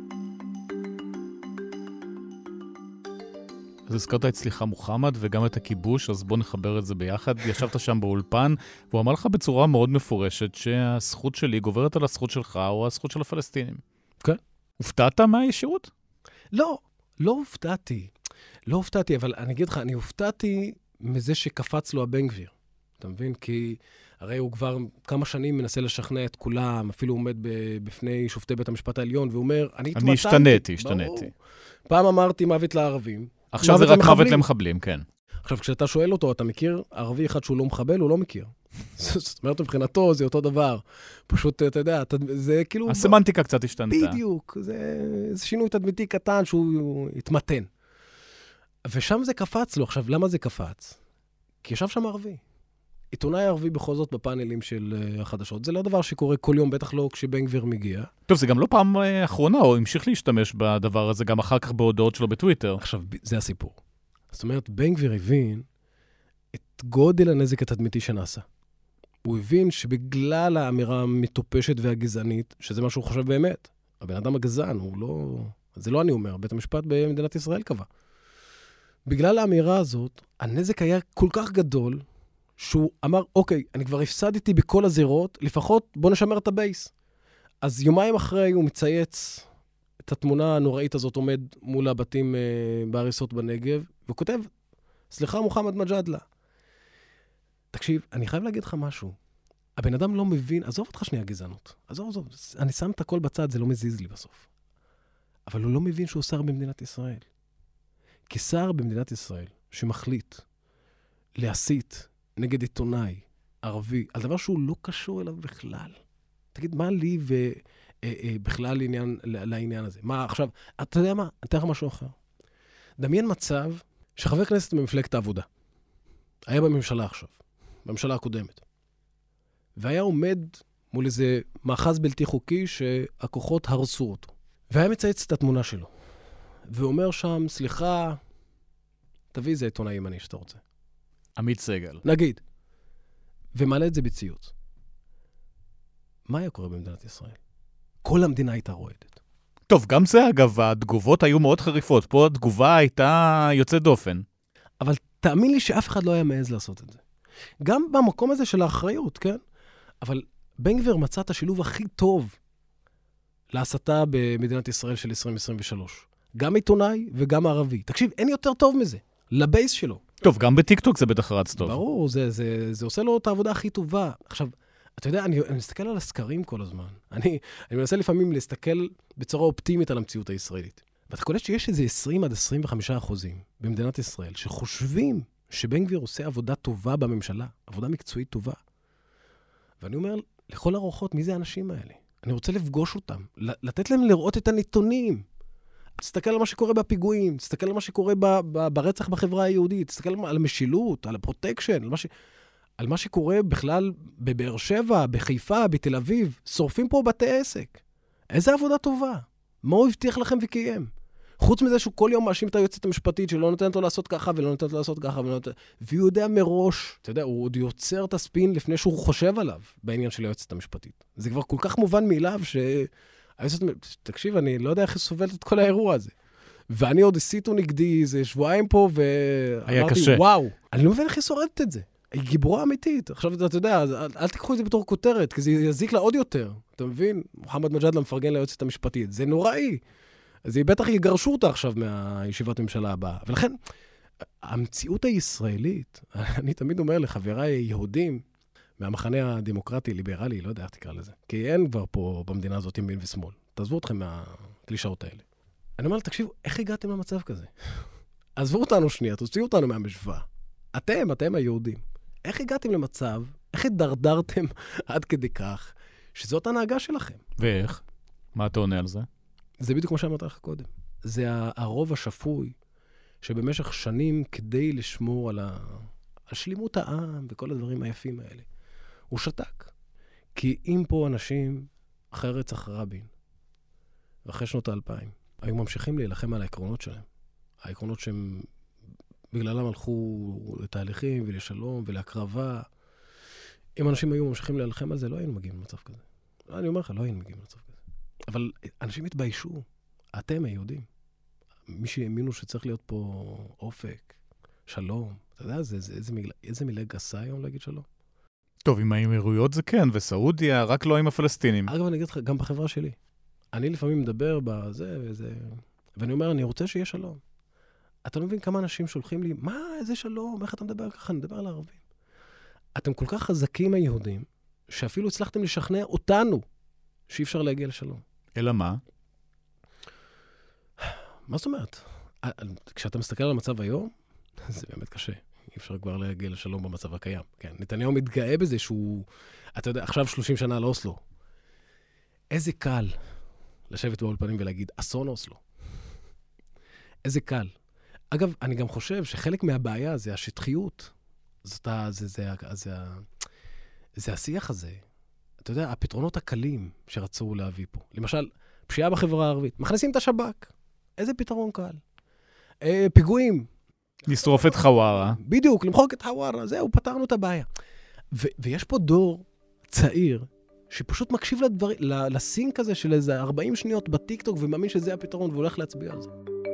אז הזכרת את סליחה מוחמד וגם את הכיבוש, אז בוא נחבר את זה ביחד. ישבת שם באולפן, והוא אמר לך בצורה מאוד מפורשת שהזכות שלי גוברת על הזכות שלך או הזכות של הפלסטינים. כן. הופתעת מהישירות? לא, לא הופתעתי. לא הופתעתי, אבל אני אגיד לך, אני הופתעתי מזה שקפץ לו הבן גביר. אתה מבין? כי הרי הוא כבר כמה שנים מנסה לשכנע את כולם, אפילו עומד בפני שופטי בית המשפט העליון, והוא אומר, אני התמתנתי. אני השתניתי, השתניתי. פעם אמרתי מוות לערבים. עכשיו זה רק מוות למחבלים, כן. עכשיו, כשאתה שואל אותו, אתה מכיר ערבי אחד שהוא לא מחבל, הוא לא מכיר. זאת אומרת, מבחינתו זה אותו דבר. פשוט, אתה יודע, זה כאילו... הסמנטיקה קצת השתנתה. בדיוק, זה שינוי תדמיתי קטן שהוא התמתן. ושם זה קפץ לו. עכשיו, למה זה קפץ? כי ישב שם ערבי. עיתונאי ערבי בכל זאת בפאנלים של החדשות. זה לא דבר שקורה כל יום, בטח לא כשבן גביר מגיע. טוב, זה גם לא פעם אחרונה, הוא המשיך להשתמש בדבר הזה, גם אחר כך בהודעות שלו בטוויטר. עכשיו, זה הסיפור. זאת אומרת, בן גביר הבין את גודל הנזק התדמיתי שנעשה. הוא הבין שבגלל האמירה המטופשת והגזענית, שזה מה שהוא חושב באמת, הבן אדם הגזען, הוא לא... זה לא אני אומר, בית המשפט במדינת ישראל קבע. בגלל האמירה הזאת, הנזק היה כל כך גדול, שהוא אמר, אוקיי, אני כבר הפסדתי בכל הזירות, לפחות בוא נשמר את הבייס. אז יומיים אחרי הוא מצייץ את התמונה הנוראית הזאת, עומד מול הבתים אה, בהריסות בנגב, והוא כותב, סליחה מוחמד מג'אדלה. תקשיב, אני חייב להגיד לך משהו. הבן אדם לא מבין, עזוב אותך שנייה גזענות. עזוב, עזוב, אני שם את הכל בצד, זה לא מזיז לי בסוף. אבל הוא לא מבין שהוא שר במדינת ישראל. כי שר במדינת ישראל שמחליט להסית נגד עיתונאי ערבי, על דבר שהוא לא קשור אליו בכלל. תגיד, מה לי ובכלל לעניין, לעניין הזה? מה עכשיו, אתה יודע מה? אני אתן לך משהו אחר. דמיין מצב שחבר כנסת במפלגת העבודה, היה בממשלה עכשיו, בממשלה הקודמת, והיה עומד מול איזה מאחז בלתי חוקי שהכוחות הרסו אותו. והיה מצייץ את התמונה שלו. ואומר שם, סליחה, תביא איזה עיתונאי ימני שאתה רוצה. עמית סגל. נגיד. ומעלה את זה בציוץ. מה היה קורה במדינת ישראל? כל המדינה הייתה רועדת. טוב, גם זה אגב, התגובות היו מאוד חריפות. פה התגובה הייתה יוצאת דופן. אבל תאמין לי שאף אחד לא היה מעז לעשות את זה. גם במקום הזה של האחריות, כן? אבל בן גביר מצא את השילוב הכי טוב להסתה במדינת ישראל של עשרים עשרים ושלוש. גם עיתונאי וגם ערבי. תקשיב, אין יותר טוב מזה. לבייס שלו. טוב, גם בטיקטוק זה בטח רץ טוב. ברור, זה, זה, זה עושה לו את העבודה הכי טובה. עכשיו, אתה יודע, אני, אני מסתכל על הסקרים כל הזמן. אני, אני מנסה לפעמים להסתכל בצורה אופטימית על המציאות הישראלית. ואתה קולט שיש איזה עשרים עד עשרים וחמישה אחוזים במדינת ישראל שחושבים שבן גביר עושה עבודה טובה בממשלה, עבודה מקצועית טובה. ואני אומר, לכל הרוחות, מי זה האנשים האלה? אני רוצה לפגוש אותם, לתת להם לראות את הנתונים. תסתכל על מה שקורה בפיגועים, תסתכל על מה שקורה ב, ב, ברצח בחברה היהודית, תסתכל על המשילות, על הפרוטקשן, על מה, ש, על מה שקורה בכלל בבאר שבע, בחיפה, בתל אביב. שורפים פה בתי עסק. איזה עבודה טובה. מה הוא הבטיח לכם וקיים? חוץ מזה שהוא כל יום מאשים את היועצת המשפטית שלא נותנת לו לעשות ככה ולא נותנת לו לעשות ככה, ולא נותנת... והוא יודע מראש, אתה יודע, הוא עוד יוצר את הספין לפני שהוא חושב עליו בעניין של היועצת המשפטית. זה כבר כל כך מובן מאליו ש... היועצת... תקשיב, אני לא יודע איך היא סובלת את כל האירוע הזה. ואני עוד הסיתו נגדי איזה שבועיים פה, ואמרתי, וואו, אני לא מבין איך היא שורדת את זה. היא גיבורה אמיתית. עכשיו, אתה יודע, אל, אל תיקחו את זה בתור כותרת, כי זה יזיק לה עוד יותר. אתה מבין? מוחמד מג'אדלה מפרגן ליועצת המשפטית. זה נוראי. אז היא בטח יגרשו אותה עכשיו מהישיבת ממשלה הבאה. ולכן, המציאות הישראלית, אני תמיד אומר לחבריי יהודים, מהמחנה הדמוקרטי, ליברלי, לא יודע איך תקרא לזה. כי אין כבר פה במדינה הזאת ימין ושמאל. תעזבו אתכם מהקלישאות האלה. אני אומר, תקשיבו, איך הגעתם למצב כזה? עזבו אותנו שנייה, תוציאו אותנו מהמשוואה. אתם, אתם היהודים. איך הגעתם למצב, איך הדרדרתם עד כדי כך, שזאת הנהגה שלכם? ואיך? מה אתה עונה על זה? זה בדיוק כמו שאמרת לך קודם. זה הרוב השפוי, שבמשך שנים כדי לשמור על, ה... על שלימות העם וכל הדברים היפים האלה, הוא שתק. כי אם פה אנשים, אחרי רצח רבין, ואחרי שנות האלפיים, היו ממשיכים להילחם על העקרונות שלהם. העקרונות שהם בגללם הלכו לתהליכים ולשלום ולהקרבה. אם אנשים היו ממשיכים להילחם על זה, לא היינו מגיעים למצב כזה. אני אומר לך, לא היינו מגיעים למצב כזה. אבל אנשים התביישו. אתם היהודים. מי שהאמינו שצריך להיות פה אופק, שלום. אתה יודע, זה, זה, איזה, מילה, איזה מילה גסה היום להגיד שלום? טוב, עם האמירויות זה כן, וסעודיה, רק לא עם הפלסטינים. אגב, אני אגיד לך, גם בחברה שלי. אני לפעמים מדבר בזה וזה, ואני אומר, אני רוצה שיהיה שלום. אתה לא מבין כמה אנשים שולחים לי, מה, איזה שלום, איך אתה מדבר ככה? אני מדבר על הערבים. אתם כל כך חזקים היהודים, שאפילו הצלחתם לשכנע אותנו, שאי אפשר להגיע לשלום. אלא מה? מה זאת אומרת? כשאתה מסתכל על המצב היום, זה באמת קשה. אי אפשר כבר להגיע לשלום במצב הקיים. כן, נתניהו מתגאה בזה שהוא, אתה יודע, עכשיו שלושים שנה על אוסלו. איזה קל לשבת באולפנים ולהגיד, אסון אוסלו. איזה קל. אגב, אני גם חושב שחלק מהבעיה זה השטחיות. זאת ה... זה, זה, זה, זה, זה השיח הזה. אתה יודע, הפתרונות הקלים שרצו להביא פה. למשל, פשיעה בחברה הערבית. מכניסים את השב"כ. איזה פתרון קל? אה, פיגועים. לשרוף את חווארה. בדיוק, למחוק את חווארה. זהו, פתרנו את הבעיה. ו- ויש פה דור צעיר שפשוט מקשיב לדבר, לסינק הזה של איזה ארבעים שניות בטיקטוק ומאמין שזה הפתרון והולך להצביע על זה.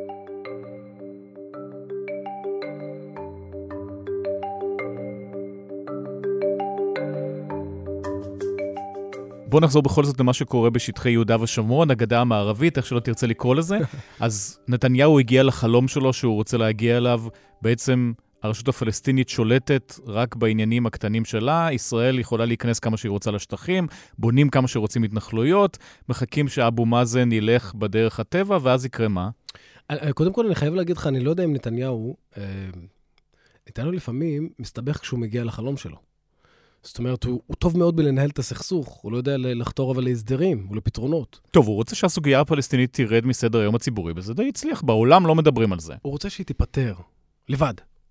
בוא נחזור בכל זאת למה שקורה בשטחי יהודה ושומרון, הגדה המערבית, איך שלא תרצה לקרוא לזה. אז נתניהו הגיע לחלום שלו שהוא רוצה להגיע אליו. בעצם הרשות הפלסטינית שולטת רק בעניינים הקטנים שלה, ישראל יכולה להיכנס כמה שהיא רוצה לשטחים, בונים כמה שרוצים התנחלויות, מחכים שאבו מאזן ילך בדרך הטבע, ואז יקרה מה? קודם כל אני חייב להגיד לך, אני לא יודע אם נתניהו, נתניהו לפעמים מסתבך כשהוא מגיע לחלום שלו. זאת אומרת, הוא, הוא טוב מאוד בלנהל את הסכסוך, הוא לא יודע לחתור אבל להסדרים ולפתרונות. טוב, הוא רוצה שהסוגיה הפלסטינית תירד מסדר היום הציבורי, וזה די הצליח, בעולם לא מדברים על זה. הוא רוצה שהיא תיפטר, לבד.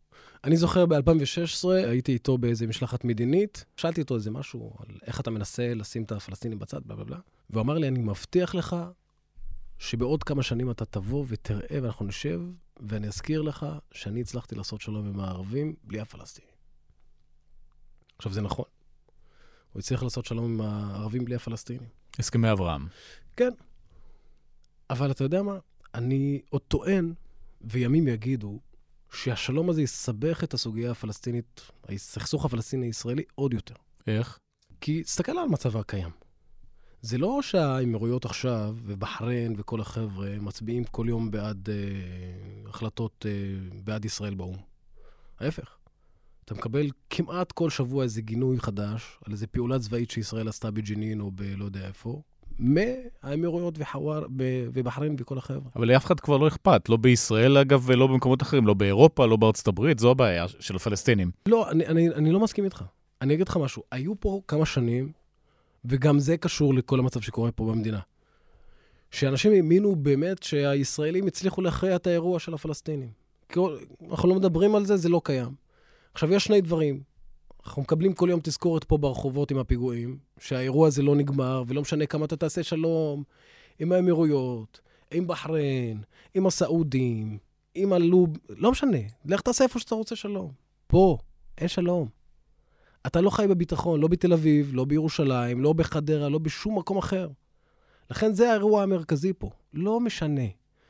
אני זוכר ב-אלפיים ושש עשרה, הייתי איתו באיזה משלחת מדינית, שאלתי אותו איזה משהו על איך אתה מנסה לשים את הפלסטינים בצד, בלה בלה בלה. והוא אמר לי, אני מבטיח לך שבעוד כמה שנים אתה תבוא ותראה ואנחנו נשב, ואני אזכיר לך שאני הצלחתי לעשות שלום עם הערבים בלי הפלסטינים. עכשיו זה נכון. הוא הצליח לעשות שלום עם הערבים בלי הפלסטינים. הסכמי אברהם. כן. אבל אתה יודע מה? אני עוד טוען, וימים יגידו, שהשלום הזה יסבך את הסוגיה הפלסטינית, הסכסוך הפלסטיני-ישראלי עוד יותר. איך? כי תסתכל על המצב הקיים. זה לא שהאמירויות עכשיו, ובחריין וכל החבר'ה, מצביעים כל יום בעד אה, החלטות אה, בעד ישראל באום. ההפך. אתה מקבל כמעט כל שבוע איזה גינוי חדש, על איזה פעולה צבאית שישראל עשתה בג'נין או בלא יודע איפה, מהאמירויות וחוואר ובחריין וכל החבר'ה. אבל לאף אחד כבר לא אכפת, לא בישראל אגב ולא במקומות אחרים, לא באירופה, לא בארצות הברית, זו הבעיה של הפלסטינים. לא, אני, אני, אני לא מסכים איתך. אני אגיד לך משהו, היו פה כמה שנים, וגם זה קשור לכל המצב שקורה פה במדינה, שאנשים האמינו באמת שהישראלים הצליחו להכריע את האירוע של הפלסטינים. אנחנו לא מדברים על זה, זה לא קיים. עכשיו, יש שני דברים. אנחנו מקבלים כל יום תזכורת פה ברחובות עם הפיגועים, שהאירוע הזה לא נגמר, ולא משנה כמה אתה תעשה שלום, עם האמירויות, עם בחריין, עם הסעודים, עם הלוב, לא משנה. לך תעשה איפה שאתה רוצה שלום. פה, אין שלום. אתה לא חי בביטחון, לא בתל אביב, לא בירושלים, לא בחדרה, לא בשום מקום אחר. לכן זה האירוע המרכזי פה. לא משנה.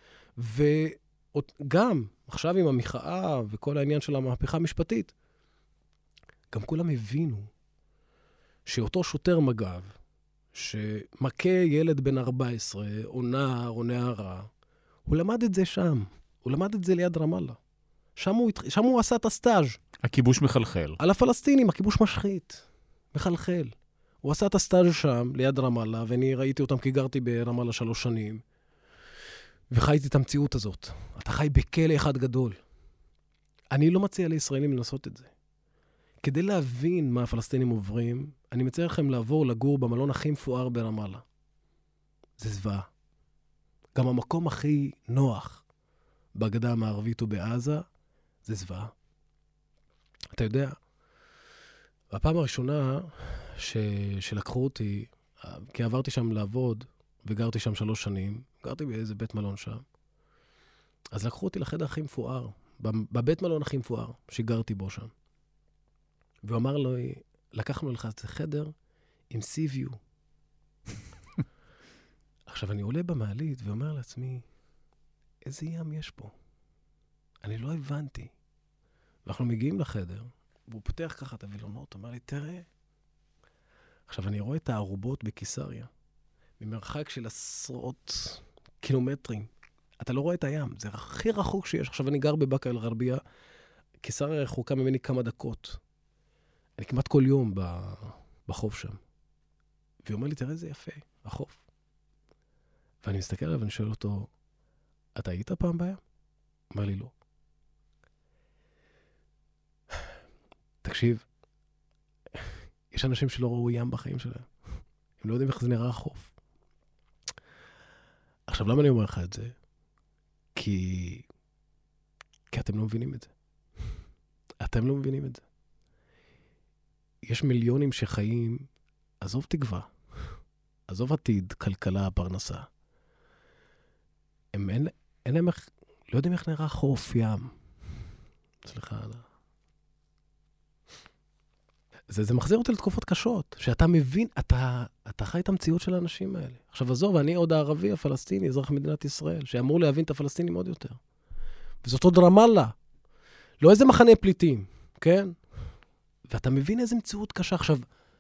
וגם, עכשיו עם המחאה וכל העניין של המהפכה המשפטית, גם כולם הבינו שאותו שוטר מג"ב, שמכה ילד בן ארבע עשרה, או נער, או נערה, הוא למד את זה שם. הוא למד את זה ליד רמאללה. שם הוא, שם הוא עשה את הסטאז'. הכיבוש מחלחל. על הפלסטינים, הכיבוש משחית. מחלחל. הוא עשה את הסטאז' שם, ליד רמאללה, ואני ראיתי אותם כי גרתי ברמאללה שלוש שנים, וחייתי את המציאות הזאת. אתה חי בכלא אחד גדול. אני לא מציע לישראלים לנסות את זה. כדי להבין מה הפלסטינים עוברים, אני מציע לכם לעבור לגור במלון הכי מפואר ברמאללה. זה זוועה. גם המקום הכי נוח בגדה המערבית ובעזה, זה זוועה. אתה יודע, בפעם הראשונה ש... שלקחו אותי, כי עברתי שם לעבוד, וגרתי שם שלוש שנים, גרתי באיזה בית מלון שם, אז לקחו אותי לחדר הכי מפואר, בבית מלון הכי מפואר, שגרתי בו שם. והוא אמר לו, לקחנו לך את חדר עם סי-ויו. עכשיו, אני עולה במעלית ואומר לעצמי, איזה ים יש פה? אני לא הבנתי. ואנחנו מגיעים לחדר, והוא פותח ככה את הווילונות, אומר לי, תראה. עכשיו, אני רואה את הערובות בקיסריה, ממרחק של עשרות קילומטרים. אתה לא רואה את הים, זה הכי רחוק שיש. עכשיו, אני גר בבאקה אל-גרבייה, קיסריה רחוקה ממני כמה דקות. אני כמעט כל יום בחוף שם. והוא אומר לי, תראה איזה יפה, החוף. ואני מסתכל עליו ואני שואל אותו, אתה היית פעם בים? אומר לי, לא. תקשיב, יש אנשים שלא ראו ים בחיים שלהם. הם לא יודעים איך זה נראה החוף. עכשיו, למה אני אומר לך את זה? כי... כי אתם לא מבינים את זה. אתם לא מבינים את זה. יש מיליונים שחיים, עזוב תקווה, עזוב עתיד, כלכלה, פרנסה. הם אין, אין להם איך, לא יודעים איך נראה חוף ים. סליחה, לא. זה, זה מחזיר אותי לתקופות קשות, שאתה מבין, אתה, אתה חי את המציאות של האנשים האלה. עכשיו עזוב, אני עוד הערבי, הפלסטיני, אזרח מדינת ישראל, שאמור להבין את הפלסטינים עוד יותר. וזאת עוד רמאללה. לא איזה מחנה פליטים, כן? ואתה מבין איזה מציאות קשה. עכשיו,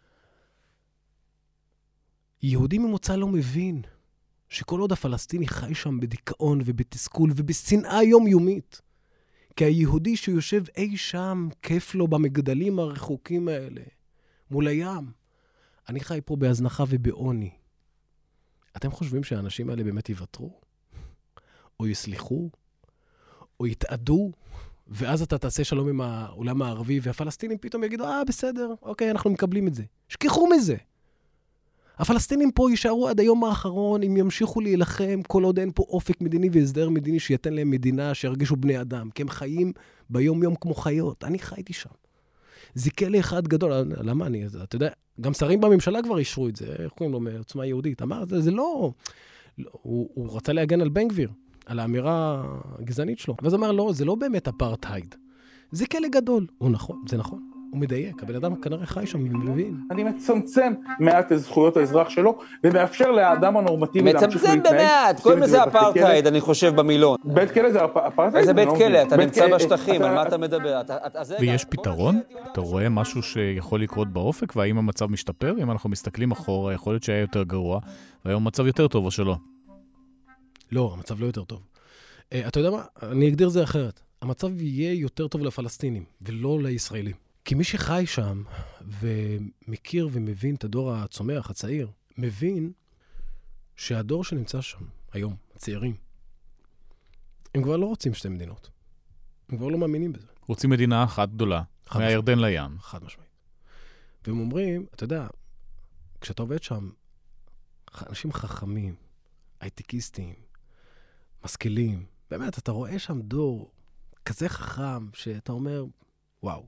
יהודי ממוצא לא מבין שכל עוד הפלסטיני חי שם בדיכאון ובתסכול ובשנאה יומיומית. כי היהודי שיושב אי שם, כיף לו במגדלים הרחוקים האלה, מול הים. אני חי פה בהזנחה ובעוני. אתם חושבים שהאנשים האלה באמת יוותרו? או יסליחו? או יתעדו? ואז אתה תעשה שלום עם העולם הערבי, והפלסטינים פתאום יגידו, אה, בסדר, אוקיי, אנחנו מקבלים את זה. שכחו מזה. הפלסטינים פה יישארו עד היום האחרון, אם ימשיכו להילחם, כל עוד אין פה אופק מדיני והסדר מדיני שיתן להם מדינה, שירגישו בני אדם, כי הם חיים ביום יום כמו חיות. אני חייתי שם. זה כלא אחד גדול. למה אני, אתה יודע, גם שרים בממשלה כבר אישרו את זה, איך קוראים לו, מעוצמה יהודית. אמר, זה, זה לא, לא הוא, הוא רצה להגן על בן גביר, על האמירה הגזענית שלו. ואז אמר, לא, זה לא באמת אפרטהייד. זה כלא גדול. הוא נכון, זה נכון. הוא מדייק, הבן אדם כנראה חי שם ומבין. אני מצמצם מעט את זכויות האזרח שלו, ומאפשר לאדם הנורמטיבי להמשיך להתנהג. מצמצם במעט, קוראים לזה אפרטהייד, אני חושב במילון. בית כלא זה אפרטהייד? איזה בית כלא? אתה נמצא בשטחים, על מה אתה מדבר? ויש פתרון? אתה רואה משהו שיכול לקרות באופק, והאם המצב משתפר? אם אנחנו מסתכלים אחורה, יכול להיות שהיה יותר גרוע, והיום המצב יותר טוב או שלא? לא, המצב לא יותר טוב. אתה יודע מה? אני אגדיר זה אחרת. המצב יהיה יותר טוב לפלסטינים, ולא לישראלים. כי מי שחי שם ומכיר ומבין את הדור הצומח, הצעיר, מבין שהדור שנמצא שם היום, הצעירים, הם כבר לא רוצים שתי מדינות. הם כבר לא מאמינים בזה. רוצים מדינה אחת גדולה, מהירדן לים. חד משמעית. והם אומרים, אתה יודע, כשאתה עובד שם, אנשים חכמים, הייטקיסטים, משכילים, באמת, אתה רואה שם דור כזה חכם, שאתה אומר, וואו.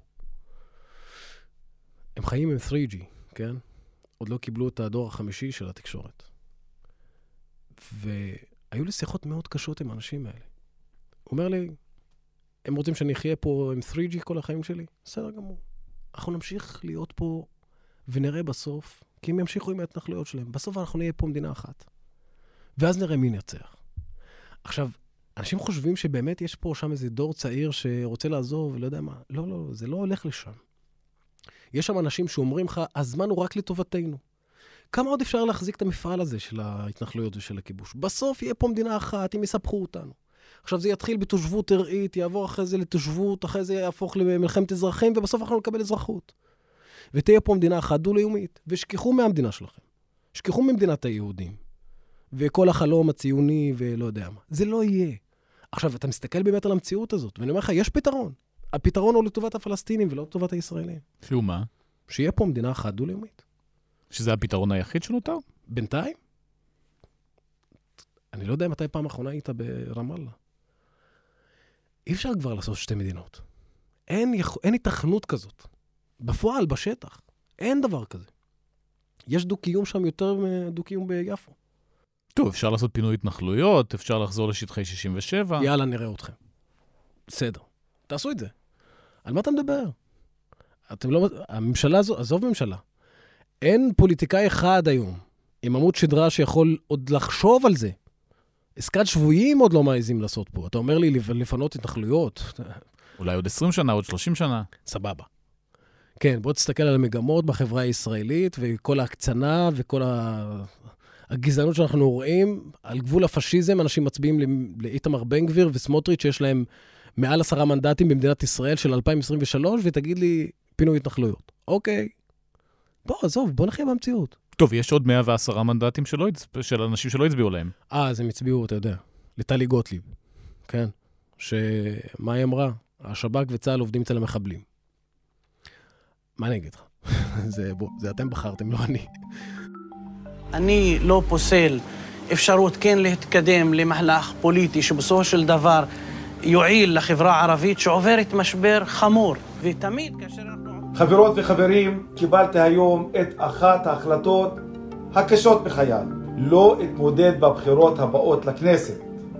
הם חיים עם תרי ג'י, כן? עוד לא קיבלו את הדור החמישי של התקשורת. והיו לי שיחות מאוד קשות עם האנשים האלה. הוא אומר לי, הם רוצים שאני אחיה פה עם תרי ג'י כל החיים שלי? בסדר גמור. אנחנו נמשיך להיות פה ונראה בסוף, כי הם ימשיכו עם ההתנחלויות שלהם. בסוף אנחנו נהיה פה מדינה אחת. ואז נראה מי נרצח. עכשיו, אנשים חושבים שבאמת יש פה שם איזה דור צעיר שרוצה לעזוב, ולא יודע מה. לא, לא, זה לא הולך לשם. יש שם אנשים שאומרים לך, הזמן הוא רק לטובתנו. כמה עוד אפשר להחזיק את המפעל הזה של ההתנחלויות ושל הכיבוש? בסוף יהיה פה מדינה אחת, הם יספחו אותנו. עכשיו זה יתחיל בתושבות ארעית, יעבור אחרי זה לתושבות, אחרי זה יהפוך למלחמת אזרחים, ובסוף אנחנו נקבל אזרחות. ותהיה פה מדינה אחת דו-לאומית, ושכחו מהמדינה שלכם. שכחו ממדינת היהודים. וכל החלום הציוני ולא יודע מה. זה לא יהיה. עכשיו, אתה מסתכל באמת על המציאות הזאת, ואני אומר לך, יש פתרון. הפתרון הוא לטובת הפלסטינים ולא לטובת הישראלים. שהוא מה? שיהיה פה מדינה אחת דו-לאומית. שזה הפתרון היחיד שנותר? בינתיים? אני לא יודע מתי פעם האחרונה היית ברמאללה. אי אפשר כבר לעשות שתי מדינות. אין, אין התכנות כזאת. בפועל, בשטח. אין דבר כזה. יש דו-קיום שם יותר מדו-קיום ביפו. טוב, אפשר לעשות פינוי התנחלויות, אפשר לחזור לשטחי שישים ושבע. יאללה, נראה אתכם. בסדר. תעשו את זה. על מה אתה מדבר? אתם לא... הממשלה הזו, עזוב ממשלה. אין פוליטיקאי אחד היום, עם עמוד שדרה שיכול עוד לחשוב על זה. עסקת שבויים עוד לא מעיזים לעשות פה. אתה אומר לי לפנות התנחלויות. אולי עוד עשרים שנה, עוד שלושים שנה. סבבה. כן, בוא תסתכל על המגמות בחברה הישראלית, וכל ההקצנה וכל ה... הגזענות שאנחנו רואים, על גבול הפשיזם, אנשים מצביעים לאיתמר בן גביר וסמוטריץ' שיש להם מעל עשרה מנדטים במדינת ישראל של אלפיים עשרים ושלוש, ותגיד לי פינוי התנחלויות. אוקיי. בוא, עזוב, בוא נחיה במציאות. טוב, יש עוד מאה ועשרה מנדטים שלא, של אנשים שלא הצביעו להם. אה, אז הם הצביעו, אתה יודע, לטלי גוטליב. כן. שמה היא אמרה? השב"כ וצה"ל עובדים אצל המחבלים. מה אני אגיד לך? זה, בוא, זה אתם בחרתם, לא אני. אני לא פוסל אפשרות כן להתקדם למהלך פוליטי שבסופו של דבר יועיל לחברה הערבית שעוברת משבר חמור. ותמיד כאשר אנחנו... חברות וחברים, קיבלתי היום את אחת ההחלטות הקשות בחיי. לא אתמודד בבחירות הבאות לכנסת.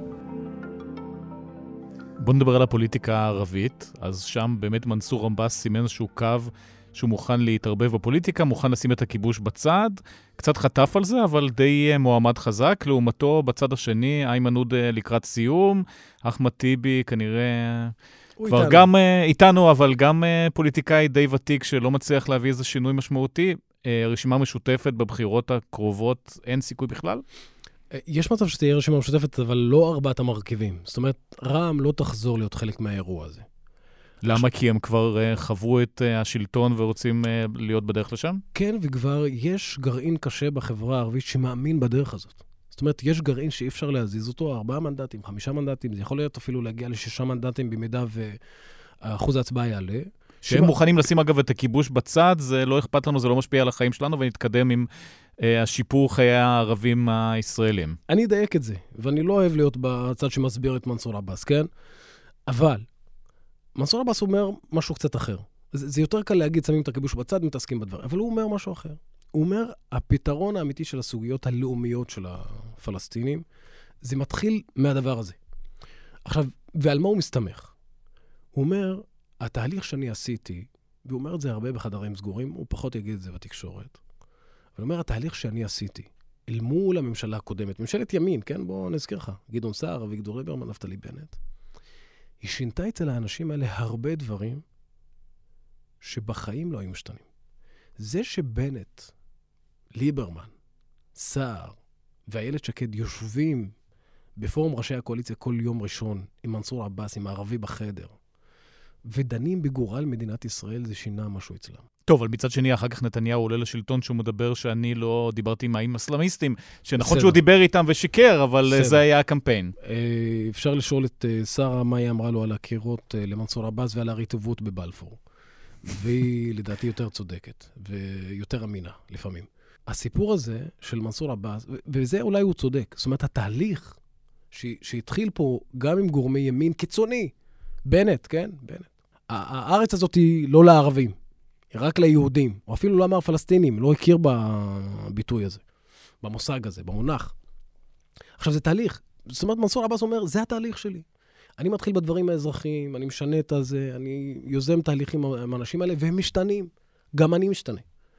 בוא נדבר על הפוליטיקה הערבית. אז שם באמת מנסור עבאס סימן איזשהו קו שהוא מוכן להתערבב בפוליטיקה, מוכן לשים את הכיבוש בצד, קצת חטף על זה, אבל די מועמד חזק. לעומתו, בצד השני, איימן עודה לקראת סיום, אחמד טיבי כנראה כבר איתנו. גם איתנו, אבל גם פוליטיקאי די ותיק שלא מצליח להביא איזה שינוי משמעותי. רשימה משותפת בבחירות הקרובות, אין סיכוי בכלל? יש מצב שתהיה רשימה משותפת, אבל לא ארבעת המרכיבים. זאת אומרת, רע"מ לא תחזור להיות חלק מהאירוע הזה. למה? כי הם כבר uh, חברו את uh, השלטון ורוצים uh, להיות בדרך לשם? כן, וכבר יש גרעין קשה בחברה הערבית שמאמין בדרך הזאת. זאת אומרת, יש גרעין שאי אפשר להזיז אותו, ארבעה מנדטים, חמישה מנדטים, זה יכול להיות אפילו להגיע לשישה מנדטים במידה ואחוז ההצבעה יעלה. שהם שמה... מוכנים לשים אגב את הכיבוש בצד, זה לא אכפת לנו, זה לא משפיע על החיים שלנו, ונתקדם עם השיפור חיי הערבים הישראלים. אני אדייק את זה, ואני לא אוהב להיות בצד שמסביר את מנסור עבאס, כן? אבל מנסור עבאס אומר משהו קצת אחר. זה, זה יותר קל להגיד, שמים את הכיבוש בצד, מתעסקים בדבר. אבל הוא אומר משהו אחר. הוא אומר, הפתרון האמיתי של הסוגיות הלאומיות של הפלסטינים, זה מתחיל מהדבר הזה. עכשיו, ועל מה הוא מסתמך? הוא אומר, התהליך שאני עשיתי, והוא אומר את זה הרבה בחדרים סגורים, הוא פחות יגיד את זה בתקשורת. אבל הוא אומר, התהליך שאני עשיתי, אל מול הממשלה הקודמת, ממשלת ימין, כן? בואו נזכיר לך, גדעון סער, אביגדור ליברמן, נפתלי בנט. היא שינתה אצל האנשים האלה הרבה דברים שבחיים לא היו משתנים. זה שבנט, ליברמן, סער ואיילת שקד יושבים בפורום ראשי הקואליציה כל יום ראשון עם מנסור עבאס, עם הערבי בחדר, ודנים בגורל מדינת ישראל, זה שינה משהו אצלם. טוב, אבל מצד שני, אחר כך נתניהו עולה לשלטון שהוא מדבר שאני לא דיברתי עם האם אסלאמיסטים, שנכון שהוא דיבר איתם ושיקר, אבל זה היה הקמפיין. אפשר לשאול את שרה מה היא אמרה לו על הקירות למנסור עבאס ועל הרטובות בבלפור. והיא לדעתי יותר צודקת ויותר אמינה לפעמים. הסיפור הזה של מנסור עבאס, וזה אולי הוא צודק, זאת אומרת, התהליך שהתחיל פה גם עם גורמי ימין קיצוני, בנט, כן? בנט. הארץ הזאת היא לא לערבים, היא רק ליהודים, או אפילו לא אמר פלסטינים, לא הכיר בביטוי הזה, במושג הזה, במונח. עכשיו זה תהליך, זאת אומרת, מנסור עבאס אומר, זה התהליך שלי. אני מתחיל בדברים האזרחיים, אני משנה את הזה, אני יוזם תהליכים עם האנשים האלה, והם משתנים. גם אני משתנה.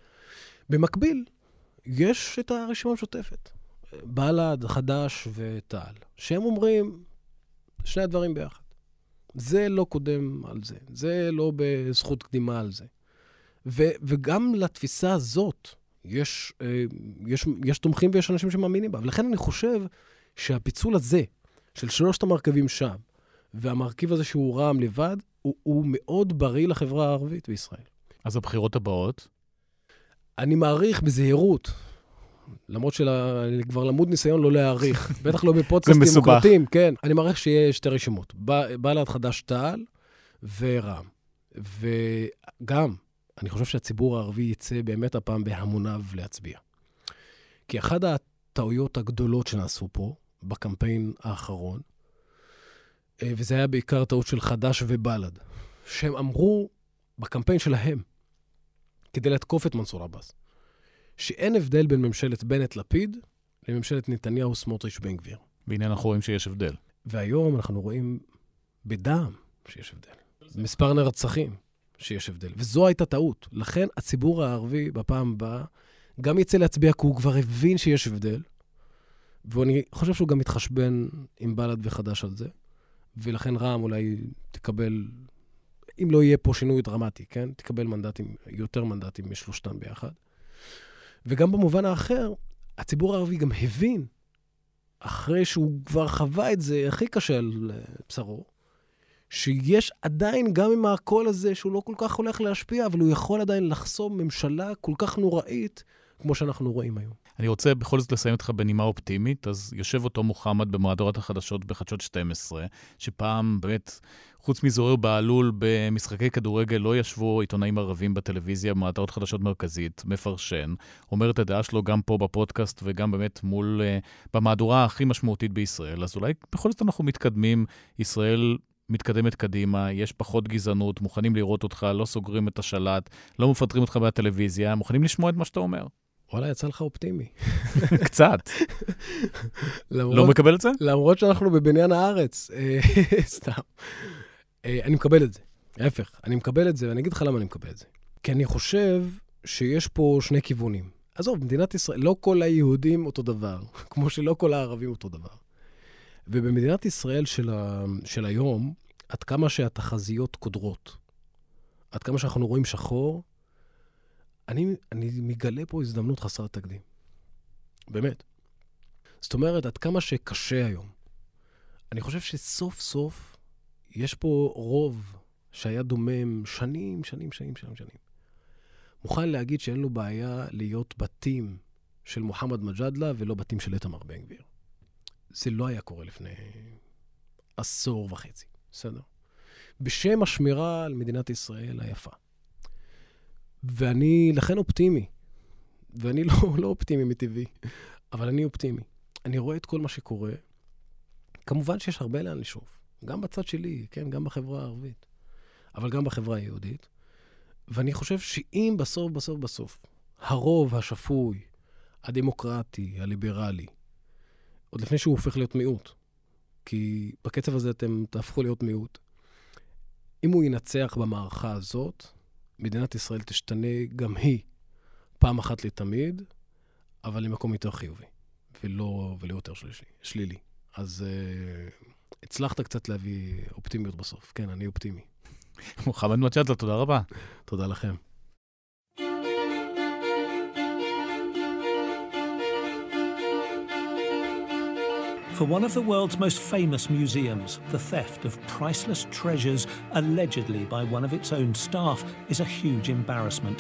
במקביל, יש את הרשימה המשותפת. בל"ד, חד"ש ותע"ל, שהם אומרים שני הדברים ביחד. זה לא קודם על זה. זה לא בזכות קדימה על זה. ו- וגם לתפיסה הזאת, יש, יש, יש תומכים ויש אנשים שמאמינים בה. ולכן אני חושב שהפיצול הזה, של שלושת המרכיבים שם, והמרכיב הזה שהוא רעם לבד, הוא, הוא מאוד בריא לחברה הערבית בישראל. אז הבחירות הבאות? אני מעריך בזהירות, למרות שאני כבר למוד ניסיון לא להעריך, בטח לא בפודקאסטים מוקלטים, כן. אני מעריך שיהיה שתי רשימות, בל"ד, חד"ש, תע"ל ורע"מ. וגם, אני חושב שהציבור הערבי יצא באמת הפעם בהמוניו להצביע. כי אחת הטעויות הגדולות שנעשו פה, בקמפיין האחרון, וזה היה בעיקר טעות של חד"ש ובל"ד, שהם אמרו בקמפיין שלהם, כדי לתקוף את מנסור עבאס, שאין הבדל בין ממשלת בנט-לפיד לממשלת נתניהו, סמוטריץ' בן גביר. והנה אנחנו רואים שיש הבדל. והיום אנחנו רואים בדם שיש הבדל. מספר נרצחים שיש הבדל. וזו הייתה טעות. לכן הציבור הערבי בפעם הבאה גם יצא להצביע, כי הוא כבר הבין שיש הבדל, ואני חושב שהוא גם מתחשבן עם בל"ד וחד"ש על זה, ולכן רע"מ אולי תקבל, אם לא יהיה פה שינוי דרמטי, כן? תקבל מנדטים, יותר מנדטים משלושתם ביחד. וגם במובן האחר, הציבור הערבי גם הבין, אחרי שהוא כבר חווה את זה הכי קשה על בשרו, שיש עדיין, גם עם הקול הזה, שהוא לא כל כך הולך להשפיע, אבל הוא יכול עדיין לחסום ממשלה כל כך נוראית, כמו שאנחנו רואים היום. אני רוצה בכל זאת לסיים אותך בנימה אופטימית, אז יושב אותו מוחמד במהדורת החדשות בחדשות שתים עשרה, שפעם באמת, חוץ מזוהיר בהלול במשחקי כדורגל, לא ישבו עיתונאים ערבים בטלוויזיה, במהדורת חדשות מרכזית, מפרשן, אומר את הדעה שלו גם פה בפודקאסט, וגם באמת מול, uh, במהדורה הכי משמעותית בישראל. אז אולי בכל זאת אנחנו מתקדמים, ישראל מתקדמת קדימה, יש פחות גזענות, מוכנים לראות אותך, לא סוגרים את השלט, לא מפטרים אותך בטלוויזיה, מוכנים לשמוע את מה שאתה אומר. וואלה, יצא לך אופטימי. קצת. לא מקבל את זה? למרות שאנחנו בבניין הארץ. סתם. אני מקבל את זה. ההפך, אני מקבל את זה, ואני אגיד לך למה אני מקבל את זה. כי אני חושב שיש פה שני כיוונים. עזוב, במדינת ישראל, לא כל היהודים אותו דבר, כמו שלא כל הערבים אותו דבר. ובמדינת ישראל של, ה... של היום, עד כמה שהתחזיות קודרות, עד כמה שאנחנו רואים שחור, אני, אני מגלה פה הזדמנות חסרת תקדים. באמת. זאת אומרת, עד כמה שקשה היום. אני חושב שסוף סוף יש פה רוב שהיה דומם שנים, שנים, שנים, שנים, שנים. מוכן להגיד שאין לו בעיה להיות בתים של מוחמד מג'אדלה ולא בתים של איתמר בן גביר. זה לא היה קורה לפני עשור וחצי, בסדר? בשם השמירה על מדינת ישראל היפה. ואני לכן אופטימי, ואני לא, לא אופטימי מטבעי, אבל אני אופטימי. אני רואה את כל מה שקורה. כמובן שיש הרבה לאן לשאוף. גם בצד שלי, כן, גם בחברה הערבית, אבל גם בחברה היהודית. ואני חושב שאם בסוף, בסוף, בסוף, הרוב השפוי, הדמוקרטי, הליברלי, עוד לפני שהוא הופך להיות מיעוט, כי בקצב הזה אתם תהפכו להיות מיעוט, אם הוא ינצח במערכה הזאת, מדינת ישראל תשתנה גם היא פעם אחת לתמיד, אבל למקום יותר חיובי, ולא, ולא יותר שלישי, שלילי. אז uh, הצלחת קצת להביא אופטימיות בסוף. כן, אני אופטימי. מוחמד מג'אדלה, תודה רבה. תודה לכם. For one of the world's most famous museums, the theft of priceless treasures allegedly by one of its own staff is a huge embarrassment.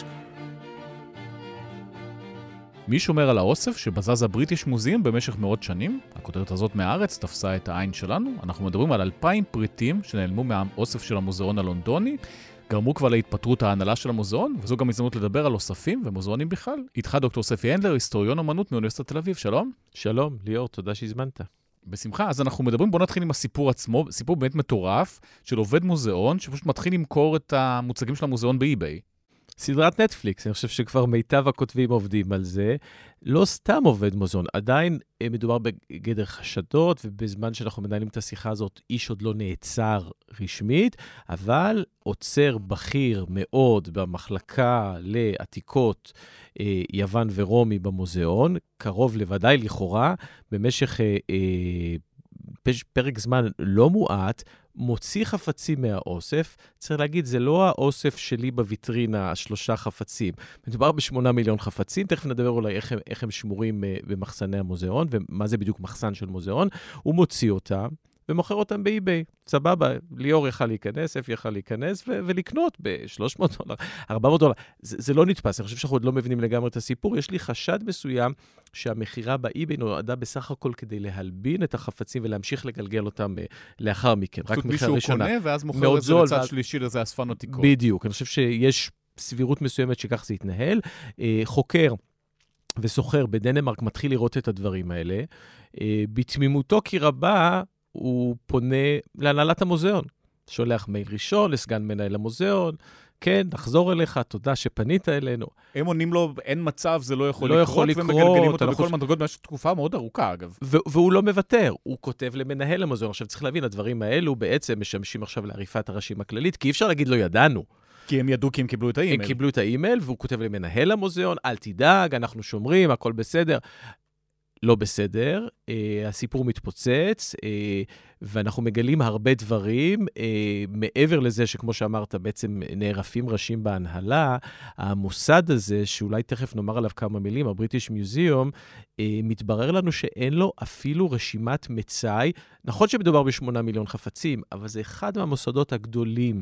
מי שומר על האוסף שבזז הבריטיש מוזיאום במשך מאות שנים? הכותרת הזאת מהארץ תפסה את העין שלנו. אנחנו מדברים על אלפיים פריטים שנעלמו מהאוסף של המוזיאון הלונדוני, גרמו כבר להתפטרות ההנהלה של המוזיאון, וזו גם הזדמנות לדבר על אוספים ומוזיאונים בכלל. איתך דוקטור ספי הנדלר, היסטוריון אומנות מאוניברסיטת תל אביב. שלום. שלום, ליאור, תודה שהזמנת. בשמחה. אז אנחנו מדברים, בוא נתחיל עם הסיפור עצמו, סיפור באמת מטורף של עובד מוזיאון שפשוט מתחיל למכור את המוצגים של המוזיאון באי-ביי. סדרת נטפליקס, אני חושב שכבר מיטב הכותבים עובדים על זה. לא סתם עובד מוזיאון, עדיין מדובר בגדר חשדות, ובזמן שאנחנו מנהלים את השיחה הזאת, איש עוד לא נעצר רשמית, אבל עוצר בכיר מאוד במחלקה לעתיקות אה, יוון ורומי במוזיאון, קרוב לוודאי לכאורה, במשך אה, אה, פרק זמן לא מועט, מוציא חפצים מהאוסף. צריך להגיד, זה לא האוסף שלי בוויטרינה, השלושה חפצים. מדובר בשמונה מיליון חפצים, תכף נדבר אולי איך הם, איך הם שמורים במחסני המוזיאון, ומה זה בדיוק מחסן של מוזיאון. הוא מוציא אותם, ומוכר אותם באי-ביי. סבבה, ליאור יכל להיכנס, אפי יכל להיכנס, ו- ולקנות ב-שלוש מאות דולר, ארבע מאות דולר. זה, זה לא נתפס, אני חושב שאנחנו עוד לא מבינים לגמרי את הסיפור. יש לי חשד מסוים שהמחירה באי-ביי נועדה בסך הכל כדי להלבין את החפצים ולהמשיך לגלגל אותם לאחר מכן. רק מחירה ראשונה. מישהו קונה, ואז מוכר את זה לצד שלישי לזה אספן עתיקות. בדיוק, אני חושב שיש סבירות מסוימת שכך זה יתנהל. חוקר וסוחר בדנמרק מתחיל לראות את הדברים האלה. בתמימותו כי רבה, הוא פונה להנהלת המוזיאון. שולח מייל ראשון לסגן מנהל המוזיאון, כן, נחזור אליך, תודה שפנית אלינו. הם עונים לו, אין מצב, זה לא יכול לא לקרות, יכול לקרות, ומגלגלים אותו בכל מדרגות במשך תקופה מאוד ארוכה, אגב. והוא לא מוותר, הוא כותב למנהל המוזיאון. עכשיו צריך להבין, הדברים האלו בעצם משמשים עכשיו לעריפת הראשים הכללית, כי אי אפשר להגיד לא ידענו. כי הם ידעו כי הם קיבלו את האימייל. הם קיבלו את האימייל, והוא כותב למנהל המוזיאון, אל תדאג, אנחנו שומרים, הכל בסדר. לא בסדר, uh, הסיפור מתפוצץ, uh, ואנחנו מגלים הרבה דברים, uh, מעבר לזה שכמו שאמרת, בעצם נערפים ראשים בהנהלה, המוסד הזה, שאולי תכף נאמר עליו כמה מילים, הבריטיש מיוזיאום, uh, מתברר לנו שאין לו אפילו רשימת מצאי, נכון שמדובר בשמונה מיליון חפצים, אבל זה אחד מהמוסדות הגדולים,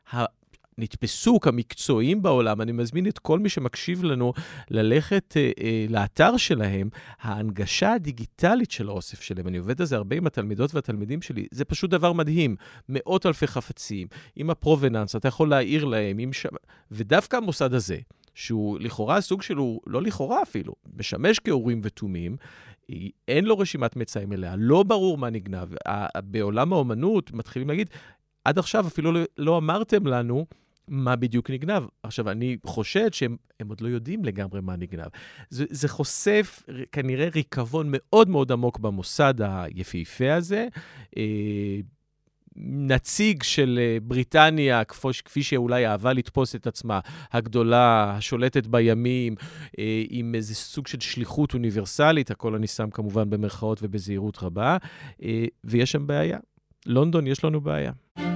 נתפסו כמקצועיים בעולם. אני מזמין את כל מי שמקשיב לנו ללכת אה, אה, לאתר שלהם. ההנגשה הדיגיטלית של האוסף שלהם, אני עובד על זה הרבה עם התלמידות והתלמידים שלי, זה פשוט דבר מדהים. מאות אלפי חפצים, עם הפרובננס, אתה יכול להעיר להם, עם ש... ודווקא המוסד הזה, שהוא לכאורה הסוג שלו, לא לכאורה אפילו, משמש כאורים ותומים, אין לו רשימת מצאים אליה, לא ברור מה נגנב. בעולם האומנות מתחילים להגיד, עד עכשיו אפילו לא אמרתם לנו מה בדיוק נגנב. עכשיו, אני חושד שהם עוד לא יודעים לגמרי מה נגנב. זה, זה חושף כנראה ריקבון מאוד מאוד עמוק במוסד היפהפה הזה. נציג של בריטניה, כפי שאולי אהבה לתפוס את עצמה, הגדולה, השולטת בימים, עם איזה סוג של שליחות אוניברסלית, הכל אני שם כמובן במרכאות ובזהירות רבה, ויש שם בעיה. לונדון יש לנו בעיה.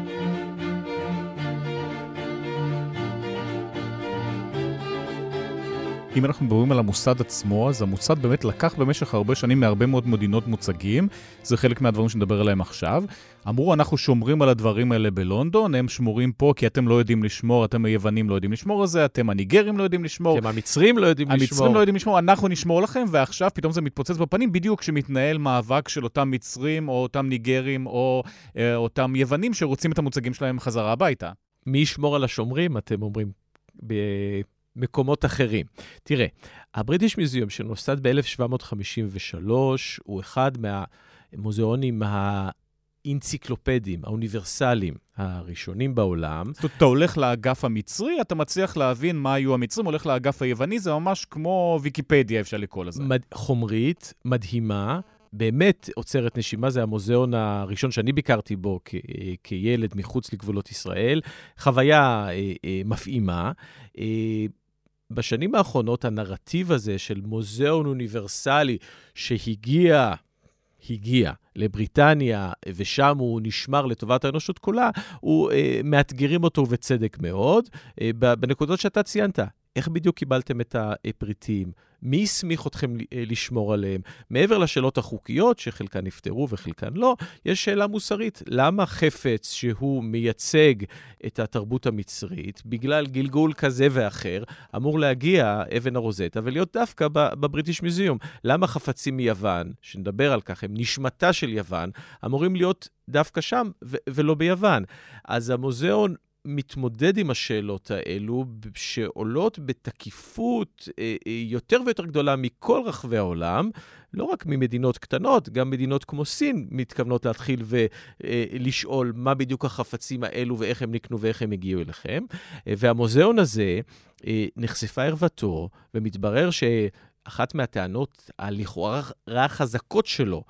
אם אנחנו מדברים על המוסד עצמו, אז המוסד באמת לקח במשך הרבה שנים מהרבה מאוד מדינות מוצגים, זה חלק מהדברים שנדבר עליהם עכשיו. אמרו, אנחנו שומרים על הדברים האלה בלונדון, הם שמורים פה כי אתם לא יודעים לשמור, אתם היוונים לא יודעים לשמור על זה, אתם הניגרים לא יודעים לשמור. אתם המצרים לא יודעים לשמור. המצרים לא יודעים לשמור, אנחנו נשמור לכם, ועכשיו פתאום זה מתפוצץ בפנים, בדיוק כשמתנהל מאבק של אותם מצרים, או אותם ניגרים, או אה, אותם יוונים שרוצים את המוצגים שלהם חזרה הביתה. מי ישמור על השומרים, אתם אומרים, ב... מקומות אחרים. תראה, הבריטיש מיוזיאום שנוסד ב-אלף שבע מאות חמישים ושלוש הוא אחד מהמוזיאונים האנציקלופדיים, האוניברסליים, הראשונים בעולם. זאת אומרת, אתה הולך לאגף המצרי, אתה מצליח להבין מה היו המצרים, הולך לאגף היווני, זה ממש כמו ויקיפדיה, אפשר לקרוא לזה. מד... חומרית, מדהימה, באמת עוצרת נשימה, זה המוזיאון הראשון שאני ביקרתי בו כ- כילד מחוץ לגבולות ישראל, חוויה אה, אה, מפעימה. אה, בשנים האחרונות הנרטיב הזה של מוזיאון אוניברסלי שהגיע, הגיע לבריטניה ושם הוא נשמר לטובת האנושות כולה, הוא אה, מאתגרים אותו ובצדק מאוד. אה, בנקודות שאתה ציינת, איך בדיוק קיבלתם את הפריטים? מי הסמיך אתכם לשמור עליהם? מעבר לשאלות החוקיות, שחלקן נפטרו וחלקן לא, יש שאלה מוסרית. למה חפץ שהוא מייצג את התרבות המצרית, בגלל גלגול כזה ואחר, אמור להגיע אבן הרוזטה ולהיות דווקא בבריטיש מיוזיאום? למה חפצים מיוון, שנדבר על כך, הם נשמתה של יוון, אמורים להיות דווקא שם ו- ולא ביוון? אז המוזיאון מתמודד עם השאלות האלו, שעולות בתקיפות יותר ויותר גדולה מכל רחבי העולם, לא רק ממדינות קטנות, גם מדינות כמו סין מתכוונות להתחיל ולשאול מה בדיוק החפצים האלו ואיך הם נקנו ואיך הם הגיעו אליכם. והמוזיאון הזה נחשפה ערוותו, ומתברר שאחת מהטענות הלכאורה חזקות שלו,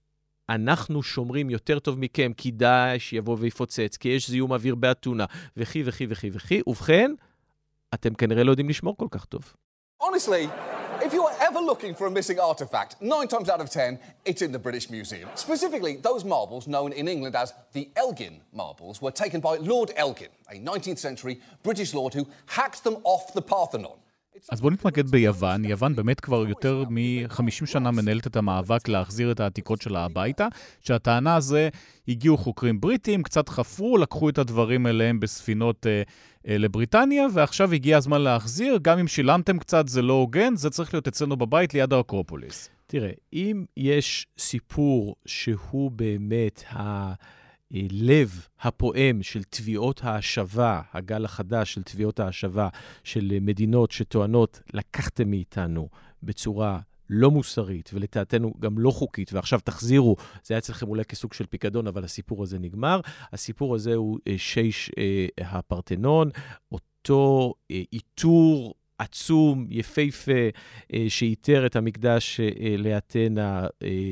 אנחנו שומרים יותר טוב מכם, כי דאעש יבוא ויפוצץ, כי יש זיהום אוויר באתונה, וכי וכי וכי וכי, ובכן, אתם כנראה לא יודעים לשמור כל כך טוב. Honestly, if you're ever looking for a missing artifact, nine times out of ten, it's in the British Museum. Specifically, those marbles known in England as the Elgin marbles were taken by Lord Elgin, a nineteenth century British lord who hacked them off the Parthenon. אז בואו נתמקד ביוון. יוון באמת כבר יותר מ-חמישים שנה מנהלת את המאבק להחזיר את העתיקות שלה הביתה, שהטענה הזה, הגיעו חוקרים בריטים, קצת חפרו, לקחו את הדברים אליהם בספינות אה, אה, לבריטניה, ועכשיו הגיע הזמן להחזיר, גם אם שילמתם קצת זה לא הוגן, זה צריך להיות אצלנו בבית ליד האקרופוליס. תראה, אם יש סיפור שהוא באמת ה... לב הפועם של תביעות ההשבה, הגל החדש של תביעות ההשבה של מדינות שטוענות לקחתם מאיתנו בצורה לא מוסרית ולטעתנו גם לא חוקית, ועכשיו תחזירו, זה היה אצלכם אולי כסוג של פיקדון, אבל הסיפור הזה נגמר. הסיפור הזה הוא שיש הפרתנון, אותו איתור עצום, יפהפה, שאיתר את המקדש לאתנה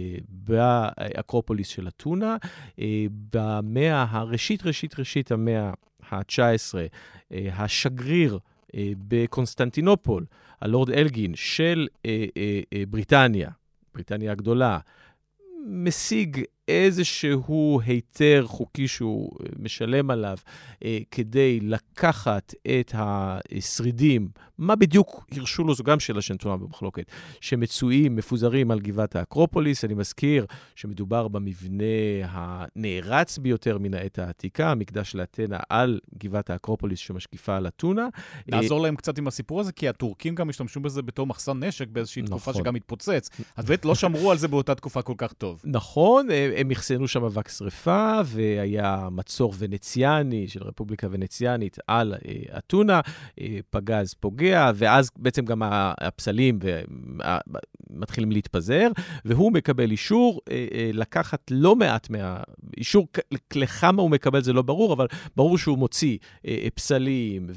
באקרופוליס של אתונה. במאה הראשית, ראשית, ראשית, המאה ה-תשע עשרה, השגריר בקונסטנטינופול, הלורד אלגין של בריטניה, בריטניה הגדולה, משיג איזשהו היתר חוקי שהוא משלם עליו אה, כדי לקחת את השרידים, מה בדיוק הרשו לו, זו גם שאלה שנתונה במחלוקת, שמצויים, מפוזרים על גבעת האקרופוליס. אני מזכיר שמדובר במבנה הנערץ ביותר מן העת העתיקה, המקדש לאתנה על גבעת האקרופוליס שמשקיפה על אתונה. נעזור להם קצת עם הסיפור הזה, כי הטורקים גם משתמשו בזה בתור מחסן נשק באיזושהי תקופה שגם התפוצץ. אז באמת לא שמרו על זה באותה תקופה כל כך טוב. נכון, הם יחסנו שם אבק שריפה, והיה מצור ונציאני של רפובליקה ונציאנית על אה, אתונה, אה, פגז פוגע, ואז בעצם גם הפסלים מתחילים להתפזר, והוא מקבל אישור אה, אה, לקחת לא מעט מה... אישור לכמה הוא מקבל זה לא ברור, אבל ברור שהוא מוציא אה, פסלים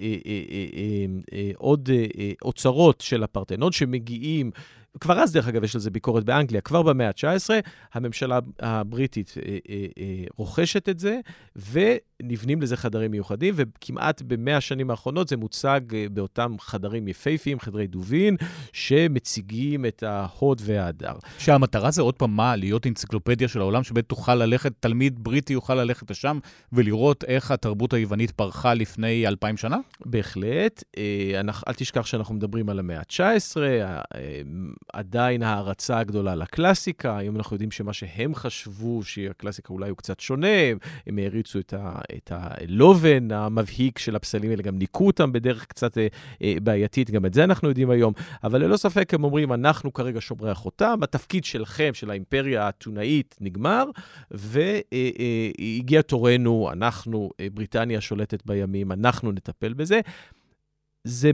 ועוד אה, אה, אה, אה, אוצרות של הפרתנון שמגיעים, כבר אז, דרך אגב, יש לזה ביקורת באנגליה, כבר במאה ה-תשע עשרה, הממשלה הבריטית אה, אה, אה, רוכשת את זה, ונבנים לזה חדרים מיוחדים, וכמעט במאה השנים האחרונות זה מוצג אה, באותם חדרים יפהפיים, חדרי דובין, שמציגים את ההוד וההדר. שהמטרה זה עוד פעם מה? להיות אנציקלופדיה של העולם, שבאמת תוכל ללכת, תלמיד בריטי יוכל ללכת לשם, ולראות איך התרבות היוונית פרחה לפני אלפיים שנה? בהחלט. אה, אנחנו, אל תשכח שאנחנו מדברים על המאה ה-תשע עשרה, אה, עדיין ההרצה הגדולה לקלאסיקה. היום אנחנו יודעים שמה שהם חשבו שהקלאסיקה אולי הוא קצת שונה, הם הריצו את, ה, את הלובן המבהיק של הפסלים האלה, גם ניקו אותם בדרך קצת אה, אה, בעייתית, גם את זה אנחנו יודעים היום, אבל ללא ספק הם אומרים, אנחנו כרגע שומרי החותם, התפקיד שלכם, של האימפריה האתונאית נגמר, והגיע תורנו, אנחנו, בריטניה שולטת בימים, אנחנו נטפל בזה. זה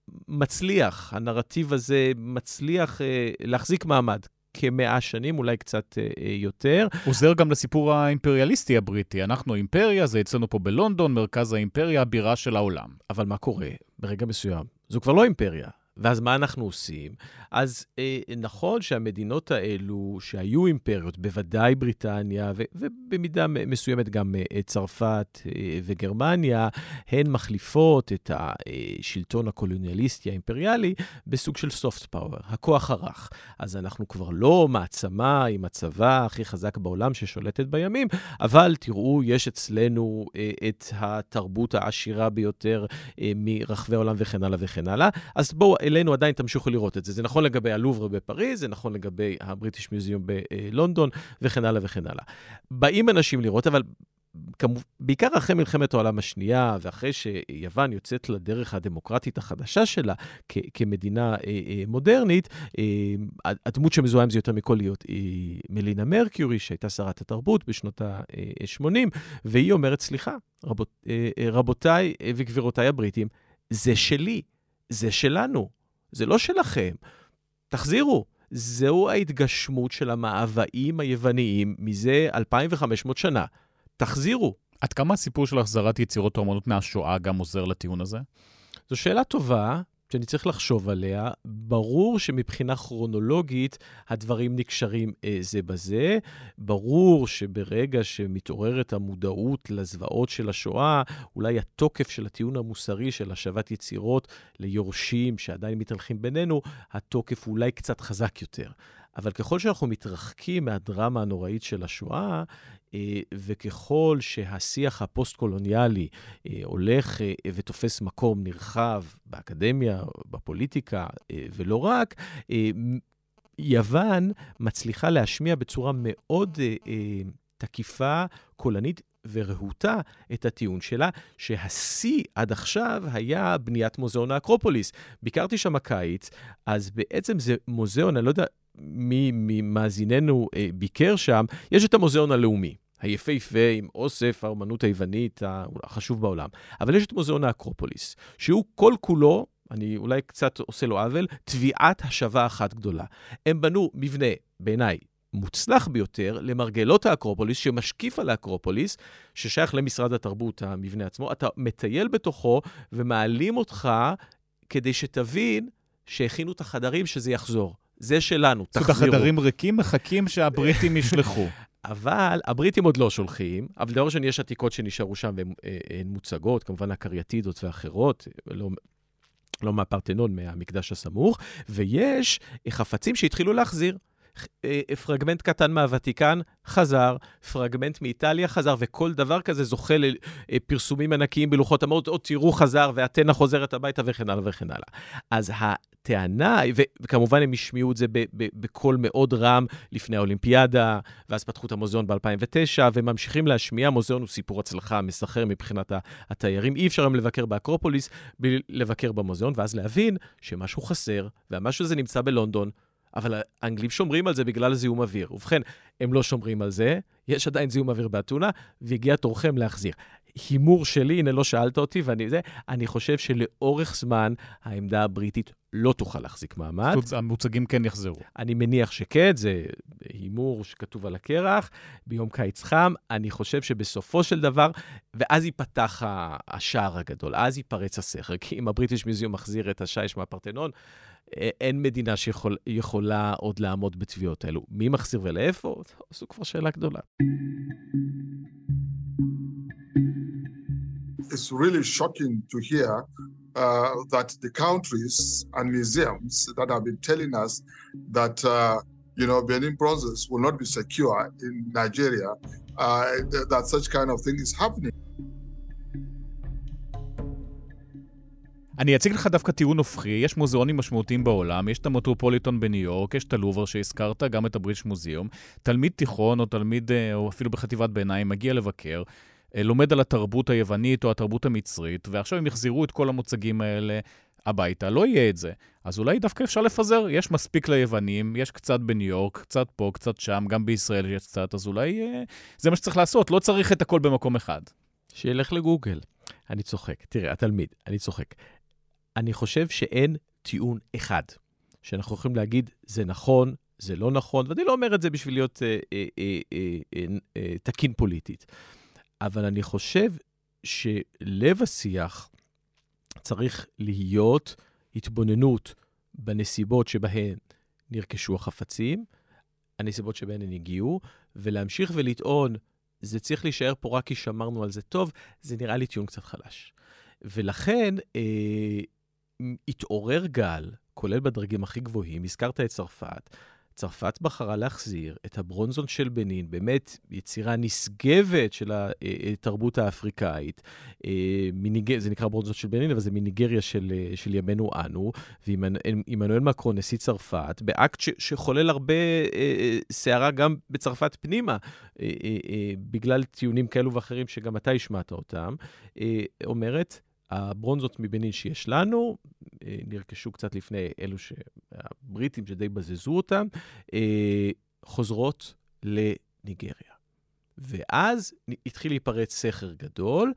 מצליח, הנרטיב הזה מצליח אה, להחזיק מעמד. כמאה שנים, אולי קצת אה, יותר. עוזר גם לסיפור האימפריאליסטי הבריטי. אנחנו אימפריה, זה אצלנו פה בלונדון, מרכז האימפריה, הבירה של העולם. אבל מה קורה? ברגע מסוים, זו כבר לא אימפריה. ואז מה אנחנו עושים? אז אה, נכון שהמדינות האלו שהיו אימפריות, בוודאי בריטניה, ו- ובמידה מסוימת גם אה, צרפת אה, וגרמניה, הן מחליפות את השלטון הקולוניאליסטי האימפריאלי בסוג של soft power, הכוח הרך. אז אנחנו כבר לא מעצמה עם הצבא הכי חזק בעולם ששולטת בימים, אבל תראו, יש אצלנו אה, את התרבות העשירה ביותר אה, מרחבי העולם וכן הלאה וכן הלאה. אז בואו, אלינו עדיין תמשיכו לראות את זה. זה נכון לגבי הלובר בפריז, זה נכון לגבי הבריטיש מיוזיאום בלונדון, וכן הלאה וכן הלאה. באים אנשים לראות, אבל כמובן, בעיקר אחרי מלחמת העולם השנייה, ואחרי שיוון יוצאת לדרך הדמוקרטית החדשה שלה, כ- כמדינה אה, אה, מודרנית, אה, הדמות שמזוהה עם זה יותר מכל להיות היא מלינה מרקיורי, שהייתה שרת התרבות בשנות ה-שמונים, והיא אומרת, סליחה, רבות, אה, רבותיי וגבירותיי הבריטים, זה שלי, זה שלנו. זה לא שלכם. תחזירו. זהו ההתגשמות של המאוויים היווניים מזה אלפיים וחמש מאות שנה. תחזירו. עד כמה הסיפור של החזרת יצירות האומנות מהשואה גם עוזר לטיעון הזה? זו שאלה טובה, שאני צריך לחשוב עליה. ברור שמבחינה כרונולוגית הדברים נקשרים אה, זה בזה. ברור שברגע שמתעוררת המודעות לזוועות של השואה, אולי התוקף של הטיעון המוסרי של השבת יצירות ליורשים שעדיין מתהלכים בינינו, התוקף אולי קצת חזק יותר. אבל ככל שאנחנו מתרחקים מהדרמה הנוראית של השואה, וככל שהשיח הפוסט-קולוניאלי הולך ותופס מקום נרחב באקדמיה, בפוליטיקה ולא רק, יוון מצליחה להשמיע בצורה מאוד תקיפה, קולנית ורהוטה את הטיעון שלה, שהשיא עד עכשיו היה בניית מוזיאון האקרופוליס. ביקרתי שם הקיץ, אז בעצם זה מוזיאון, אני לא יודע מי ממאזיננו ביקר שם, יש את המוזיאון הלאומי, היפהפה עם אוסף האומנות היוונית החשוב בעולם. אבל יש את מוזיאון האקרופוליס, שהוא כל כולו, אני אולי קצת עושה לו עוול, תביעת השווה אחת גדולה. הם בנו מבנה, בעיניי, מוצלח ביותר למרגלות האקרופוליס, שמשקיף על האקרופוליס, ששייך למשרד התרבות, המבנה עצמו. אתה מטייל בתוכו ומעלים אותך כדי שתבין שהכינו את החדרים שזה יחזור. זה שלנו, תחזירו. זאת החדרים ריקים מחכים שהבריטים ישלחו. אבל הבריטים עוד לא שולחים, אבל דבר ראשון יש עתיקות שנשארו שם והן מוצגות, כמובן הקרייטידות ואחרות, לא, לא מהפרטנון, מהמקדש הסמוך, ויש חפצים שהתחילו להחזיר. פרגמנט קטן מהוותיקן חזר, פרגמנט מאיטליה חזר, וכל דבר כזה זוכה לפרסומים ענקיים בלוחות המאות, או תראו חזר, ואתנה חוזרת הביתה, וכן הלאה וכן הלאה. אז הטענה, וכמובן הם השמיעו את זה בקול מאוד רם לפני האולימפיאדה, ואז פתחו את המוזיאון ב-אלפיים ותשע, וממשיכים להשמיע. המוזיאון הוא סיפור הצלחה מסחר מבחינת התיירים. אי אפשר גם לבקר באקרופוליס, בלי לבקר במוזיאון, ואז להבין שמשהו חסר, והמשהו הזה נמצא בלונדון, אבל האנגלים שומרים על זה בגלל זיהום אוויר. ובכן, הם לא שומרים על זה, יש עדיין זיהום אוויר באתונה, והגיע תורכם להחזיר. הימור שלי, הנה לא שאלת אותי, ואני זה, אני חושב שלאורך זמן העמדה הבריטית לא תוכל להחזיק מעמד. המוצגים כן יחזרו. אני מניח שכן, זה הימור שכתוב על הקרח, ביום קיץ חם. אני חושב שבסופו של דבר, ואז ייפתח השער הגדול, אז ייפרץ הסכר, כי אם הבריטיש מיוזיאום מחזיר את השיש מהפרטנון, אין מדינה שיכולה עוד לעמוד בתביעות האלו. מי מחזיר ולאיפה? זו כבר שאלה גדולה. It's really shocking to hear uh, that the countries and museums that have been telling us that uh, you know, Benin bronzes will not be secure in Nigeria, uh, that such kind of thing is happening. אני אציג לך דווקא טיעון הופכי. יש מוזיאונים משמעותיים בעולם, יש את המטרופוליטון בניו יורק, יש את הלובר שהזכרת, גם את הבריטיש מוזיאום. תלמיד תיכון או תלמיד, או אפילו בחטיבת ביניים, מגיע לבקר, לומד על התרבות היוונית או התרבות המצרית, ועכשיו הם יחזירו את כל המוצגים האלה הביתה. לא יהיה את זה. אז אולי דווקא אפשר לפזר. יש מספיק ליוונים, יש קצת בניו יורק, קצת פה, קצת שם, גם בישראל יש קצת, אז אולי זה מה שצריך לעשות. לא צריך את הכל במקום אחד. שילך לגוגל. אני צוחק. תראה, התלמיד, אני צוחק. אני חושב שאין טיעון אחד, שאנחנו יכולים להגיד, זה נכון, זה לא נכון, ואני לא אומר את זה בשביל להיות אה, אה, אה, אה, אה, אה, תקין פוליטית. אבל אני חושב שלב השיח צריך להיות התבוננות בנסיבות שבהן נרכשו החפצים, הנסיבות שבהן הן הגיעו, ולהמשיך ולטעון, זה צריך להישאר פה רק כי שמרנו על זה טוב, זה נראה לי טיעון קצת חלש. ולכן אה, התעורר גל, כולל בדרגים הכי גבוהים, הזכרת את צרפת, צרפת בחרה להחזיר את הברונזון של בנין, באמת יצירה נשגבת של התרבות האפריקאית. זה נקרא ברונזון של בנין, אבל זה מניגריה של, של ימינו אנו, ועמנואל מקרון, נשיא צרפת, באקט ש, שחולל הרבה שערה גם בצרפת פנימה, בגלל טיעונים כאלו ואחרים שגם אתה השמעת אותם, אומרת, הברונזות מבנין שיש לנו, נרכשו קצת לפני אלו שהבריטים שדי בזזו אותם, חוזרות לניגריה. ואז התחיל להיפרץ סכר גדול,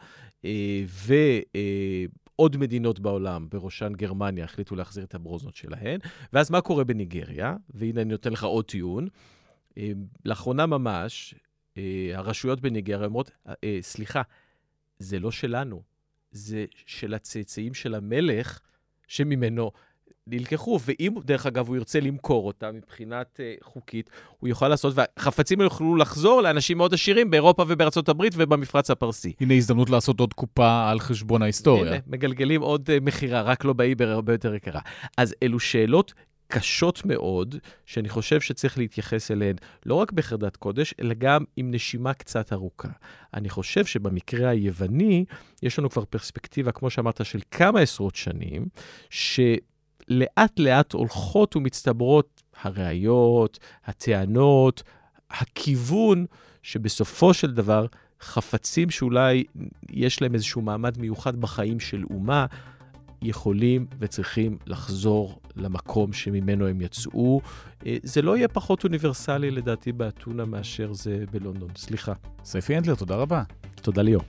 ועוד מדינות בעולם, בראשן גרמניה, החליטו להחזיר את הברונזות שלהן. ואז מה קורה בניגריה? והנה אני נותן לך עוד טיעון. לאחרונה ממש, הרשויות בניגריה אומרות, סליחה, זה לא שלנו. זה של הצאצאים של המלך שממנו נלקחו, ואם דרך אגב הוא ירצה למכור אותה מבחינת uh, חוקית, הוא יוכל לעשות, והחפצים יוכלו לחזור לאנשים מאוד עשירים באירופה ובארצות הברית ובמפרץ הפרסי. הנה הזדמנות לעשות עוד קופה על חשבון ההיסטוריה. הנה, מגלגלים עוד uh, מחירה, רק לא באיבר הרבה יותר יקרה. אז אלו שאלות קשות מאוד, שאני חושב שצריך להתייחס אליהן, לא רק בחרדת קודש, אלא גם עם נשימה קצת ארוכה. אני חושב שבמקרה היווני, יש לנו כבר פרספקטיבה, כמו שאמרת, של כמה עשרות שנים, שלאט לאט הולכות ומצטברות הראיות, הטענות, הכיוון, שבסופו של דבר, חפצים שאולי יש להם איזשהו מעמד מיוחד בחיים של אומה, יכולים וצריכים לחזור למקום שממנו הם יצאו. זה לא יהיה פחות אוניברסלי לדעתי באתונה מאשר זה בלונדון. סליחה. ספי אנדלר, תודה רבה. תודה ליאור.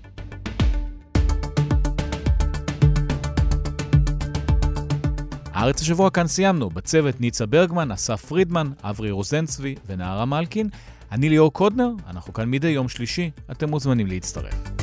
הארץ השבוע כאן סיימנו. בצוות ניצה ברגמן, אסף פרידמן, אברי רוזנצבי ונערה מלכין. אני ליאור קודנר, אנחנו כאן מדי יום שלישי, אתם מוזמנים להצטרף.